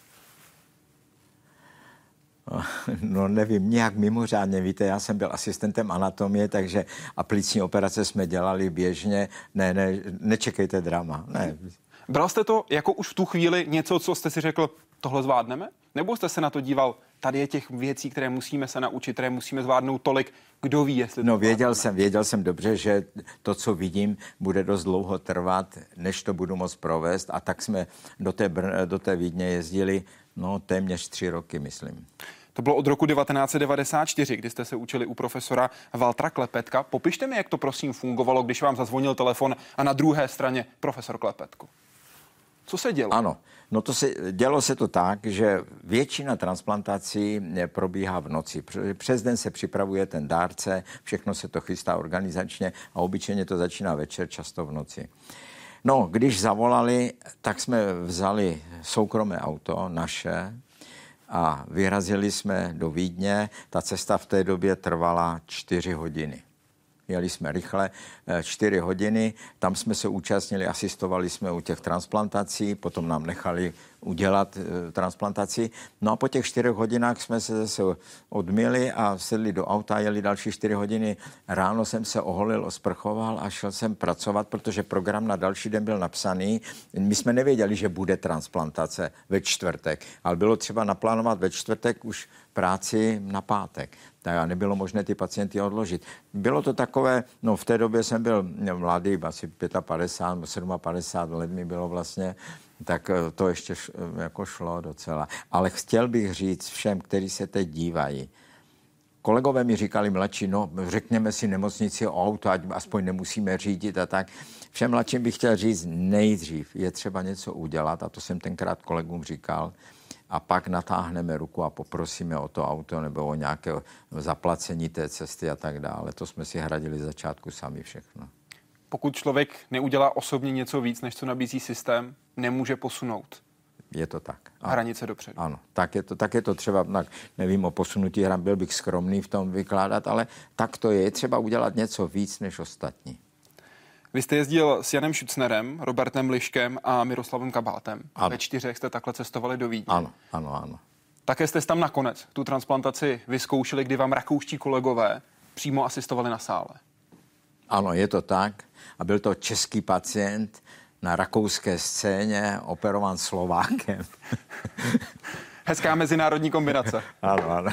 No nevím, nějak mimořádně, víte, já jsem byl asistentem anatomie, takže a plicní operace jsme dělali běžně. Ne, ne, nečekejte drama. Ne. Bral jste to jako už v tu chvíli něco, co jste si řekl, tohle zvládneme? Nebo jste se na to díval, tady je těch věcí, které musíme se naučit, které musíme zvládnout tolik, kdo ví, jestli to No věděl jsem, věděl jsem dobře, že to, co vidím, bude dost dlouho trvat, než to budu moct provést, a tak jsme do té, Br- do té Vídně jezdili, no téměř tři roky, myslím. To bylo od roku devatenáct set devadesát čtyři, kdy jste se učili u profesora Valtra Klepetka. Popište mi, jak to prosím fungovalo, když vám zazvonil telefon a na druhé straně profesor Klepetko. Co se dělo? Ano, no to se, dělo se to tak, že většina transplantací probíhá v noci. Přes den se připravuje ten dárce, všechno se to chystá organizačně a obyčejně to začíná večer, často v noci. No, když zavolali, tak jsme vzali soukromé auto naše a vyrazili jsme do Vídně. Ta cesta v té době trvala čtyři hodiny. Jeli jsme rychle, čtyři hodiny, tam jsme se účastnili, asistovali jsme u těch transplantací, potom nám nechali udělat e, transplantaci. No a po těch čtyřech hodinách jsme se zase odmyli a sedli do auta a jeli další čtyři hodiny. Ráno jsem se oholil, osprchoval a šel jsem pracovat, protože program na další den byl napsaný. My jsme nevěděli, že bude transplantace ve čtvrtek, ale bylo třeba naplánovat ve čtvrtek už práci na pátek. Tak nebylo možné ty pacienty odložit. Bylo to takové, no v té době jsem byl mladý, asi padesát pět, padesát sedm let mi bylo vlastně, tak to ještě š, jako šlo docela. Ale chtěl bych říct všem, kteří se teď dívají, kolegové mi říkali mladší, no řekněme si nemocnici o auto, ať aspoň nemusíme řídit a tak. Všem mladším bych chtěl říct, nejdřív je třeba něco udělat, a to jsem tenkrát kolegům říkal, a pak natáhneme ruku a poprosíme o to auto nebo o nějaké zaplacení té cesty a tak dále. To jsme si hradili začátku sami všechno. Pokud člověk neudělá osobně něco víc, než co nabízí systém, nemůže posunout. Je to tak. Ano. Hranice dopředu. Ano, tak je to, tak je to třeba, tak nevím o posunutí hran, byl bych skromný v tom vykládat, ale tak to je. Je třeba udělat něco víc než ostatní. Vy jste jezdil s Janem Šucnerem, Robertem Liškem a Miroslavem Kabátem. Ano. Ve čtyřech jste takhle cestovali do Vídně. Ano, ano, ano. Také jste tam nakonec tu transplantaci vyzkoušeli, kdy vám rakouští kolegové přímo asistovali na sále. Ano, je to tak. A byl to český pacient na rakouské scéně, operován Slovákem. Hezká mezinárodní kombinace. Ano, ano.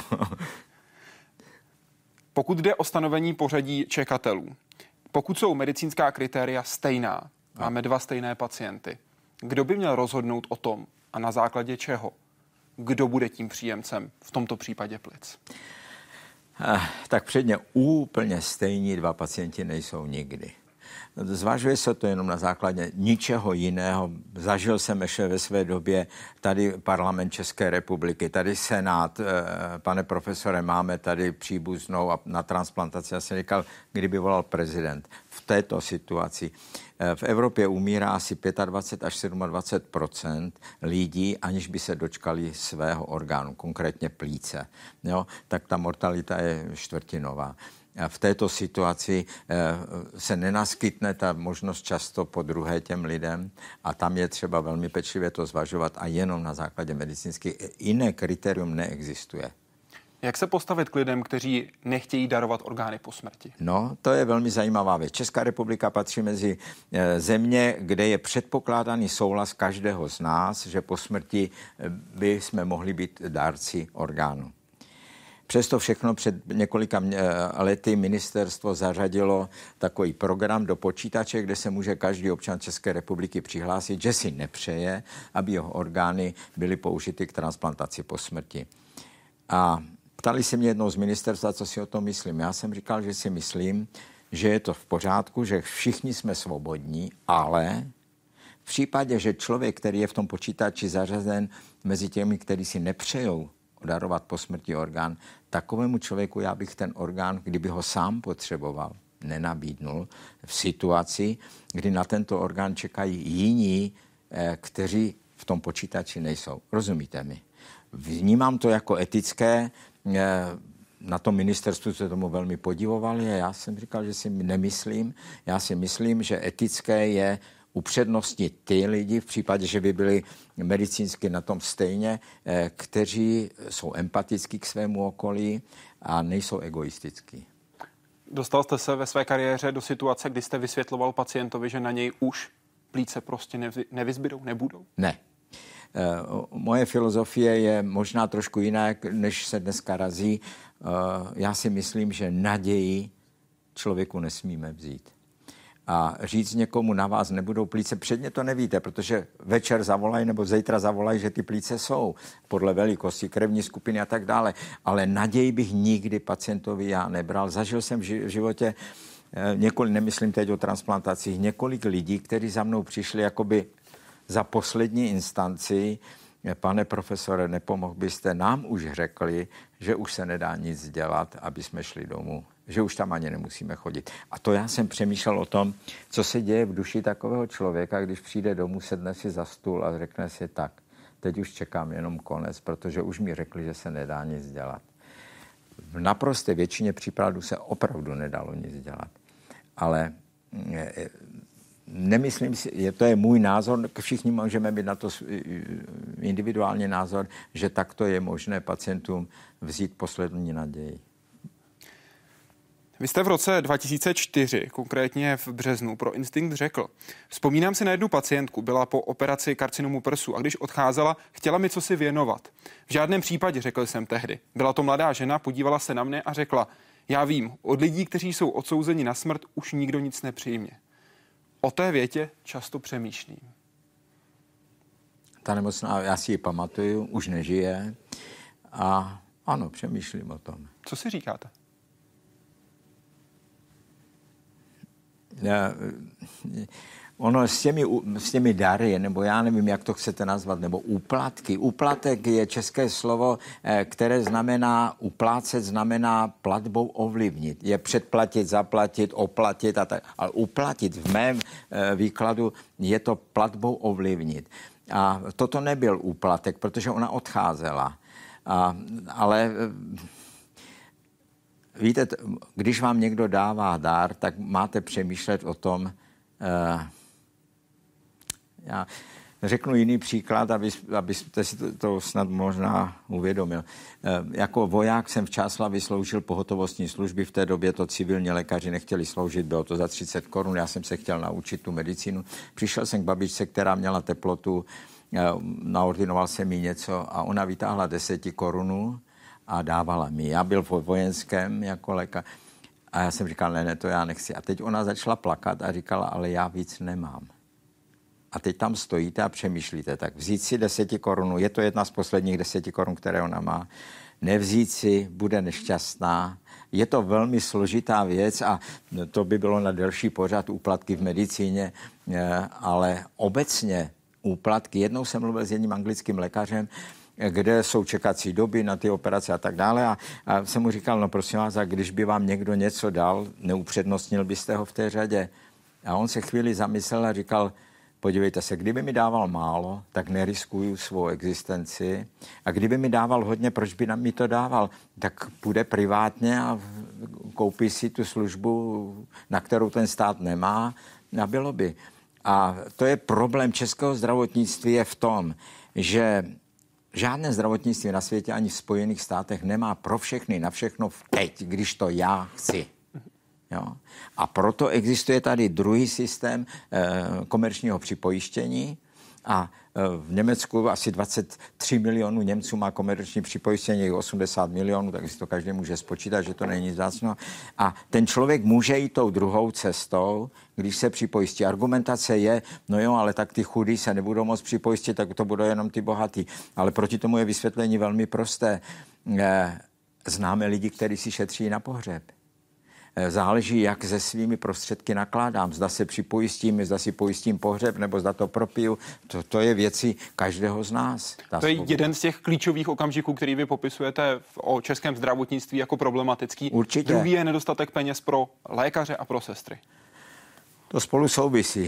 Pokud jde o stanovení pořadí čekatelů, pokud jsou medicínská kritéria stejná, máme dva stejné pacienty, kdo by měl rozhodnout o tom a na základě čeho, kdo bude tím příjemcem v tomto případě plic? Tak předně úplně stejní dva pacienti nejsou nikdy. Zvažuje se to jenom na základě ničeho jiného. Zažil jsem ještě ve své době tady parlament České republiky, tady senát, pane profesore, máme tady příbuznou a na transplantaci. Já jsem říkal, kdyby volal prezident v této situaci. V Evropě umírá asi dvacet pět až dvacet sedm procent lidí, aniž by se dočkali svého orgánu, konkrétně plíce. Jo? Tak ta mortalita je čtvrtinová. v této situaci se nenaskytne ta možnost často po druhé těm lidem a tam je třeba velmi pečlivě to zvažovat a jenom na základě medicínských. Jiné kritérium neexistuje. Jak se postavit k lidem, kteří nechtějí darovat orgány po smrti? No, to je velmi zajímavá věc. Česká republika patří mezi země, kde je předpokládaný souhlas každého z nás, že po smrti by jsme mohli být dárci orgánů. Přesto všechno před několika lety ministerstvo zařadilo takový program do počítače, kde se může každý občan České republiky přihlásit, že si nepřeje, aby jeho orgány byly použity k transplantaci po smrti. A ptali se mě jednou z ministerstva, co si o tom myslím. Já jsem říkal, že si myslím, že je to v pořádku, že všichni jsme svobodní, ale v případě, že člověk, který je v tom počítači zařazen mezi těmi, kteří si nepřejou darovat po smrti orgán, takovému člověku já bych ten orgán, kdyby ho sám potřeboval, nenabídnul v situaci, kdy na tento orgán čekají jiní, kteří v tom počítači nejsou. Rozumíte mi? Vnímám to jako etické, na tom ministerstvu se tomu velmi podivovali a já jsem říkal, že si nemyslím. Já si myslím, že etické je upřednostnit ty lidi, v případě, že by byli medicínsky na tom stejně, kteří jsou empatický k svému okolí a nejsou egoistický. Dostal jste se ve své kariéře do situace, kdy jste vysvětloval pacientovi, že na něj už plíce prostě nevy, nevyzbydou, nebudou? Ne. Moje filozofie je možná trošku jiná, než se dneska razí. Já si myslím, že naději člověku nesmíme vzít. A říct někomu, na vás nebudou plíce, předně to nevíte, protože večer zavolají nebo zítra zavolají, že ty plíce jsou podle velikosti, krevní skupiny a tak dále. Ale naději bych nikdy pacientovi já nebral. Zažil jsem v životě několik, nemyslím teď o transplantacích, několik lidí, kteří za mnou přišli jakoby za poslední instanci. Pane profesore, nepomohl byste, nám už řekli, že už se nedá nic dělat, aby jsme šli domů, že už tam ani nemusíme chodit. A to já jsem přemýšlel o tom, co se děje v duši takového člověka, když přijde domů, sedne si za stůl a řekne si tak, teď už čekám jenom konec, protože už mi řekli, že se nedá nic dělat. V naprosté většině případů se opravdu nedalo nic dělat. Ale nemyslím si, je, to je můj názor, všichni můžeme mít na to individuální názor, že takto je možné pacientům vzít poslední naději. Vy jste v roce dva tisíce čtyři, konkrétně v březnu, pro Instinkt řekl: vzpomínám si na jednu pacientku, byla po operaci karcinomu prsu a když odcházela, chtěla mi cosi věnovat. V žádném případě, řekl jsem tehdy. Byla to mladá žena, podívala se na mne a řekla: já vím, od lidí, kteří jsou odsouzeni na smrt, už nikdo nic nepřijme. O té větě často přemýšlím. Ta nemocná, já si ji pamatuju, už nežije a ano, přemýšlím o tom. Co si říkáte? Já, ono s těmi, s těmi dary, nebo já nevím, jak to chcete nazvat, nebo úplatky. Úplatek je české slovo, které znamená, uplácet znamená platbou ovlivnit. Je předplatit, zaplatit, oplatit a tak. Ale uplatit v mém výkladu je to platbou ovlivnit. A toto nebyl úplatek, protože ona odcházela. A, ale víte, když vám někdo dává dár, tak máte přemýšlet o tom. Eh, já řeknu jiný příklad, aby, abyste si to, to snad možná uvědomil. Eh, jako voják jsem v Čáslavi sloužil pohotovostní služby, v té době to civilní lékaři nechtěli sloužit, bylo to za třicet korun, já jsem se chtěl naučit tu medicínu. Přišel jsem k babičce, která měla teplotu, eh, naordinoval jsem jí něco a ona vytáhla deseti korunů a dávala mi. Já byl v vojenském jako lékař a já jsem říkal, ne, ne, to já nechci. A teď ona začala plakat a říkala, ale já víc nemám. A teď tam stojíte a přemýšlíte, tak vzít si deseti korunů, je to jedna z posledních deseti korun, které ona má, nevzít si, bude nešťastná. Je to velmi složitá věc a to by bylo na delší pořad úplatky v medicíně, ale obecně úplatky, jednou jsem mluvil s jedním anglickým lékařem, kde jsou čekací doby na ty operace a tak dále. A, a jsem mu říkal, no prosím vás, a když by vám někdo něco dal, neupřednostnil byste ho v té řadě. A on se chvíli zamyslel a říkal, podívejte se, kdyby mi dával málo, tak neriskuju svou existenci. A kdyby mi dával hodně, proč by mi to dával? Tak půjde privátně a koupí si tu službu, na kterou ten stát nemá, a bylo by. A to je problém českého zdravotnictví je v tom, že žádné zdravotnictví na světě ani v Spojených státech nemá pro všechny na všechno teď, když to já chci. Jo? A proto existuje tady druhý systém e, komerčního připojištění a e, v Německu asi dvacet tři milionů Němců má komerční připojištění, osmdesát milionů, tak si to každý může spočítat, že to není zácno. A ten člověk může jít tou druhou cestou, když se připojistí. Argumentace je, no jo, ale tak ty chudí se nebudou moc připojistit, tak to budou jenom ty bohatí. Ale proti tomu je vysvětlení velmi prosté. E, známe lidi, kteří si šetří na pohřeb. Záleží, jak se svými prostředky nakládám. Zda se připojistím, zda si pojistím pohřeb, nebo zda to propiju. To, to je věci každého z nás. To je jeden z těch klíčových okamžiků, který vy popisujete o českém zdravotnictví jako problematický. Určitě. Druhý je nedostatek peněz pro lékaře a pro sestry. To spolu souvisí.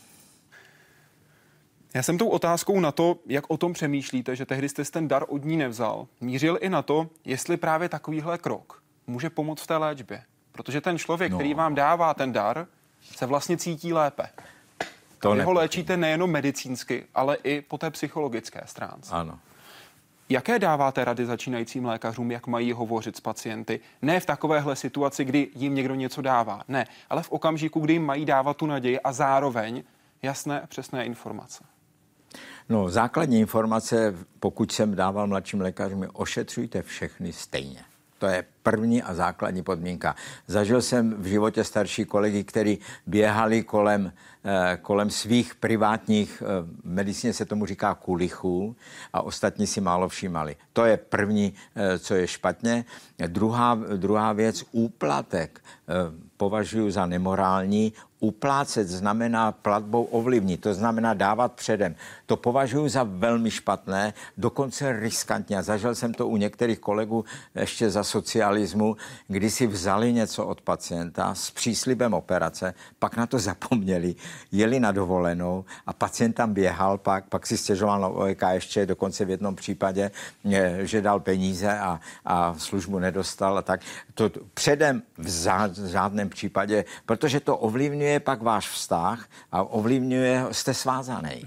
Já jsem tou otázkou na to, jak o tom přemýšlíte, že tehdy jste ten dar od ní nevzal, mířil i na to, jestli právě takovýhle krok může pomoct v té léčbě. Protože ten člověk, no. který vám dává ten dar, se vlastně cítí lépe. To Vy ho léčíte nejenom medicínsky, ale i po té psychologické stránce. Ano. Jaké dáváte rady začínajícím lékařům, jak mají hovořit s pacienty? Ne v takovéhle situaci, kdy jim někdo něco dává. Ne, ale v okamžiku, kdy jim mají dávat tu naději a zároveň jasné a přesné informace. No, základní informace, pokud jsem dával mladším lékařům, ošetřujte všechny stejně. To je první a základní podmínka. Zažil jsem v životě starší kolegy, kteří běhali kolem, eh, kolem svých privátních, eh, medicíně se tomu říká kulichů, a ostatní si málo všímali. To je první, eh, co je špatně. Druhá, druhá věc, úplatek eh, považuji za nemorální. Uplácet znamená platbou ovlivnit, to znamená dávat předem. To považuji za velmi špatné, dokonce riskantně. A zažil jsem to u některých kolegů ještě za socialismu, kdy si vzali něco od pacienta s příslibem operace, pak na to zapomněli, jeli na dovolenou a pacient tam běhal, pak, pak si stěžoval na O E K ještě, dokonce v jednom případě, že dal peníze a, a službu nedostal. A tak to předem v žádném případě, protože to ovlivňuje je pak váš vztah a ovlivňuje, jste svázaný.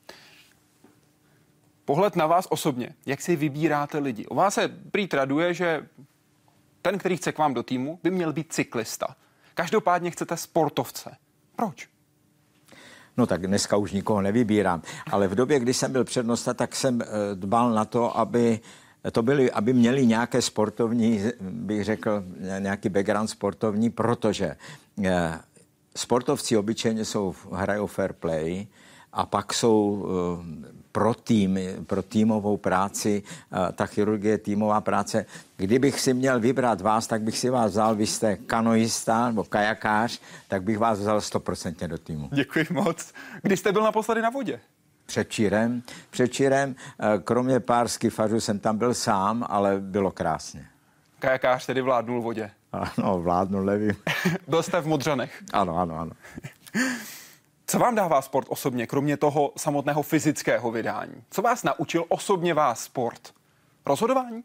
Pohled na vás osobně, jak si vybíráte lidi. U vás se prý traduje, že ten, který chce k vám do týmu, by měl být cyklista. Každopádně chcete sportovce. Proč? No tak dneska už nikoho nevybírám, ale v době, kdy jsem byl přednosta, tak jsem dbal na to, aby to byly, aby měli nějaké sportovní, bych řekl, nějaký background sportovní, protože sportovci obyčejně jsou, hrajou fair play a pak jsou uh, pro tým, pro týmovou práci, uh, ta chirurgie je týmová práce. Kdybych si měl vybrat vás, tak bych si vás vzal, vy jste kanoista nebo kajakář, tak bych vás vzal stoprocentně do týmu. Děkuji moc. Kdy jste byl naposledy na vodě? Předčírem. Předčírem, uh, kromě pár skifařů jsem tam byl sám, ale bylo krásně. Kajakář tedy vládnul vodě. Ano, vládnu, nevím. Byl jste v Modřanech. Ano, ano, ano. Co vám dává sport osobně, kromě toho samotného fyzického vydání? Co vás naučil osobně vás sport? Rozhodování?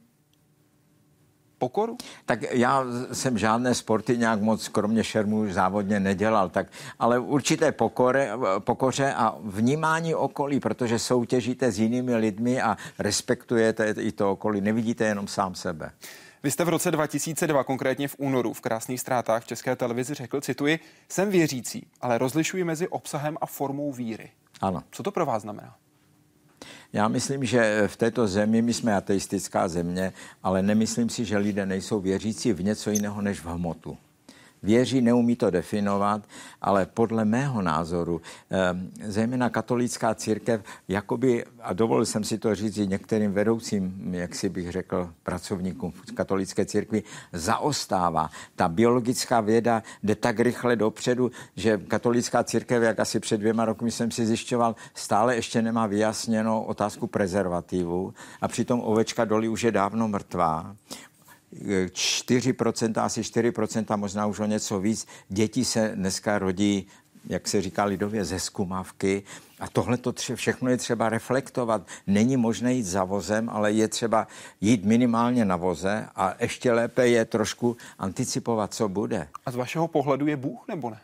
Pokoru? Tak já jsem žádné sporty nějak moc, kromě šermů, závodně nedělal, tak, ale určité pokore, pokoře a vnímání okolí, protože soutěžíte s jinými lidmi a respektujete i to okolí, nevidíte jenom sám sebe. Vy jste v roce dva tisíce dva, konkrétně v únoru, v Krásných ztrátách v České televizi řekl, cituji, jsem věřící, ale rozlišuji mezi obsahem a formou víry. Ano. Co to pro vás znamená? Já myslím, že v této zemi, my jsme ateistická země, ale nemyslím si, že lidé nejsou věřící v něco jiného než v hmotu. Věří, neumí to definovat, ale podle mého názoru, zejména katolická církev, jakoby, a dovolil jsem si to říct i některým vedoucím, jak si bych řekl, pracovníkům katolické církvi, zaostává. Ta biologická věda jde tak rychle dopředu, že katolická církev, jak asi před dvěma roky jsem si zjišťoval, stále ještě nemá vyjasněno otázku prezervativu a přitom ovečka Dolly už je dávno mrtvá. čtyři procenta, asi čtyři procenta, možná už o něco víc, děti se dneska rodí jak se říká lidově, ze skumavky. A tohle to tře- všechno je třeba reflektovat. Není možné jít za vozem, ale je třeba jít minimálně na voze a ještě lépe je trošku anticipovat, co bude. A z vašeho pohledu je Bůh nebo ne?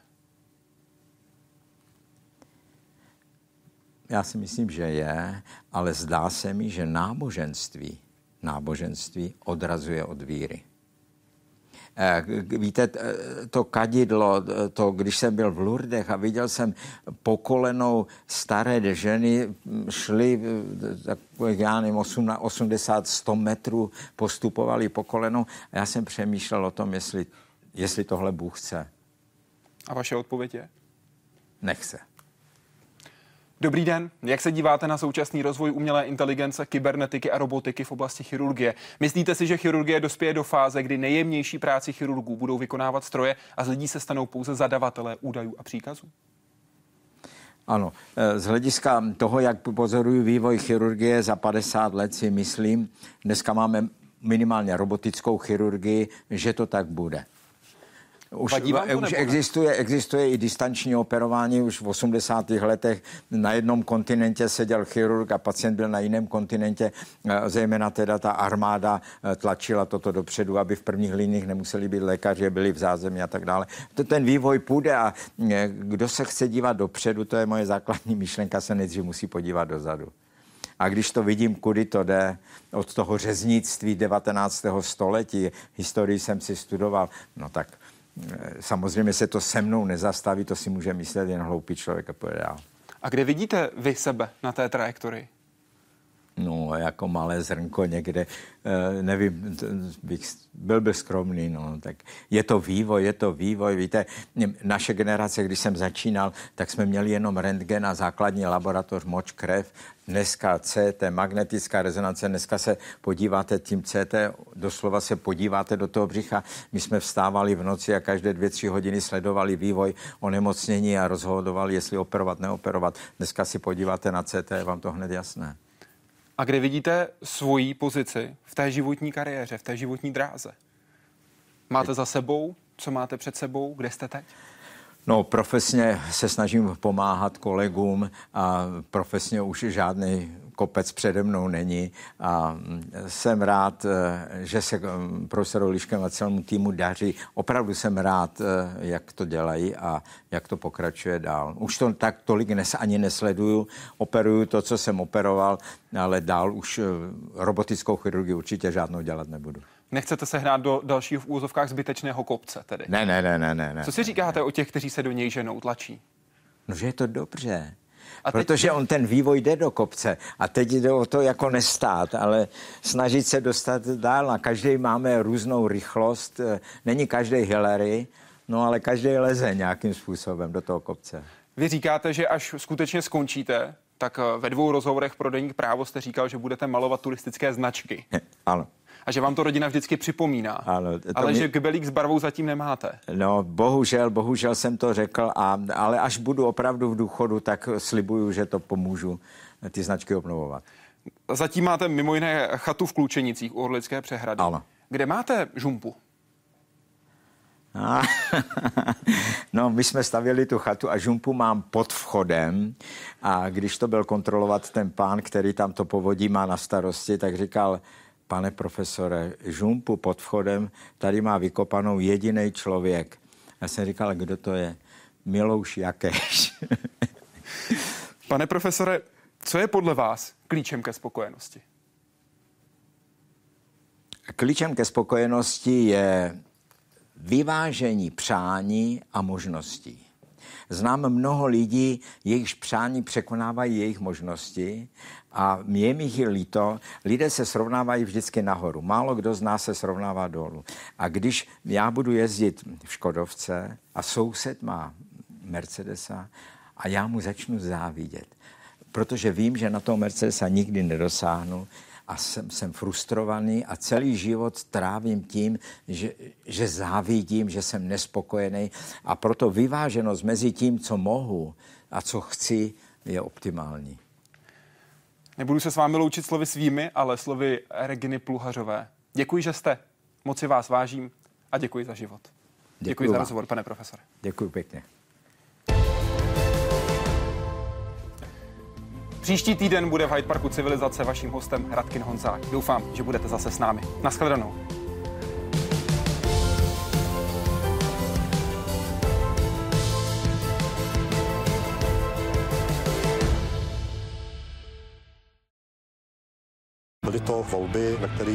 Já si myslím, že je, ale zdá se mi, že náboženství, náboženství odrazuje od víry. Víte, to kadidlo, to, když jsem byl v Lourdech a viděl jsem po kolenou staré ženy, šly, tak, já nevím, osmdesát sto metrů postupovali po kolenou a já jsem přemýšlel o tom, jestli, jestli tohle Bůh chce. A vaše odpověď je? Nechce. Dobrý den. Jak se díváte na současný rozvoj umělé inteligence, kybernetiky a robotiky v oblasti chirurgie? Myslíte si, že chirurgie dospěje do fáze, kdy nejjemnější práci chirurgů budou vykonávat stroje a z lidí se stanou pouze zadavatelé údajů a příkazů? Ano, z hlediska toho, jak pozoruju vývoj chirurgie za padesát let, si myslím, dneska máme minimálně robotickou chirurgii, že to tak bude. Už, už existuje, existuje i distanční operování. Už v osmdesátých letech na jednom kontinentě seděl chirurg a pacient byl na jiném kontinentě. Zejména teda ta armáda tlačila toto dopředu, aby v prvních liních nemuseli být lékaři, byli v zázemí a tak dále. Ten vývoj půjde a kdo se chce dívat dopředu, to je moje základní myšlenka, se nejdřív musí podívat dozadu. A když to vidím, kudy to jde, od toho řeznictví devatenáctého století, historii jsem si studoval, no tak samozřejmě se to se mnou nezastaví, to si může myslet jen hloupý člověk a pojede dál. A kde vidíte vy sebe na té trajektorii? No, jako malé zrnko někde, nevím, bych, byl bych skromný, no, tak je to vývoj, je to vývoj, víte, naše generace, když jsem začínal, tak jsme měli jenom rentgen a základní laboratoř, moč, krev, dneska C T, magnetická rezonance, dneska se podíváte tím C T, doslova se podíváte do toho břicha, my jsme vstávali v noci a každé dvě, tři hodiny sledovali vývoj onemocnění a rozhodovali, jestli operovat, neoperovat, dneska si podíváte na C T, je vám to hned jasné. A kde vidíte svoji pozici v té životní kariéře, v té životní dráze? Máte za sebou? Co máte před sebou? Kde jste teď? No, profesně se snažím pomáhat kolegům a profesně už žádný kopec přede mnou není a jsem rád, že se profesoru Liškému a celému týmu daří. Opravdu jsem rád, jak to dělají a jak to pokračuje dál. Už to tak tolik nes, ani nesleduju, operuju to, co jsem operoval, ale dál už robotickou chirurgii určitě žádnou dělat nebudu. Nechcete se hrát do dalšího v úvozovkách zbytečného kopce tedy? Ne, ne, ne, ne, ne. Co si říkáte o těch, kteří se do něj ženou, tlačí? No, že je to dobře. A teď... Protože on ten vývoj jde do kopce a teď jde o to jako nestát, ale snažit se dostat dál. A každý máme různou rychlost, není každý Hillary, no ale každý leze nějakým způsobem do toho kopce. Vy říkáte, že až skutečně skončíte, tak ve dvou rozhovorech pro deník Právo jste říkal, že budete malovat turistické značky. Ano. A že vám to rodina vždycky připomíná. Ano, ale mi... že kbelík s barvou zatím nemáte. No, bohužel, bohužel jsem to řekl, a, ale až budu opravdu v důchodu, tak slibuju, že to pomůžu ty značky obnovovat. Zatím máte mimo jiné chatu v Klučenicích u Orlické přehrady. Ano. Kde máte žumpu? No, my jsme stavěli tu chatu a žumpu mám pod vchodem a když to byl kontrolovat ten pán, který tam to povodí má na starosti, tak říkal: pane profesore, žumpu pod vchodem tady má vykopanou jediný člověk. Já jsem říkal, kdo to je? Milouš Jakeš. Pane profesore, co je podle vás klíčem ke spokojenosti? Klíčem ke spokojenosti je vyvážení přání a možností. Znám mnoho lidí, jejichž přání překonávají jejich možnosti a je mi jich líto. Lidé se srovnávají vždycky nahoru. Málo kdo z nás se srovnává dolů. A když já budu jezdit v Škodovce a soused má Mercedesa a já mu začnu závidět, protože vím, že na toho Mercedesa nikdy nedosáhnu, a jsem, jsem frustrovaný a celý život trávím tím, že, že závidím, že jsem nespokojený a proto vyváženost mezi tím, co mohu a co chci, je optimální. Nebudu se s vámi loučit slovy svými, ale slovy Reginy Pluhařové. Děkuji, že jste. Moc si vás vážím a děkuji za život. Děkuji, děkuji za rozhovor, pane profesore. Děkuji pěkně. Příští týden bude v Hyde Parku civilizace vaším hostem Radkin Honzák. Doufám, že budete zase s námi. Naschledanou. Byly to volby, ve kterých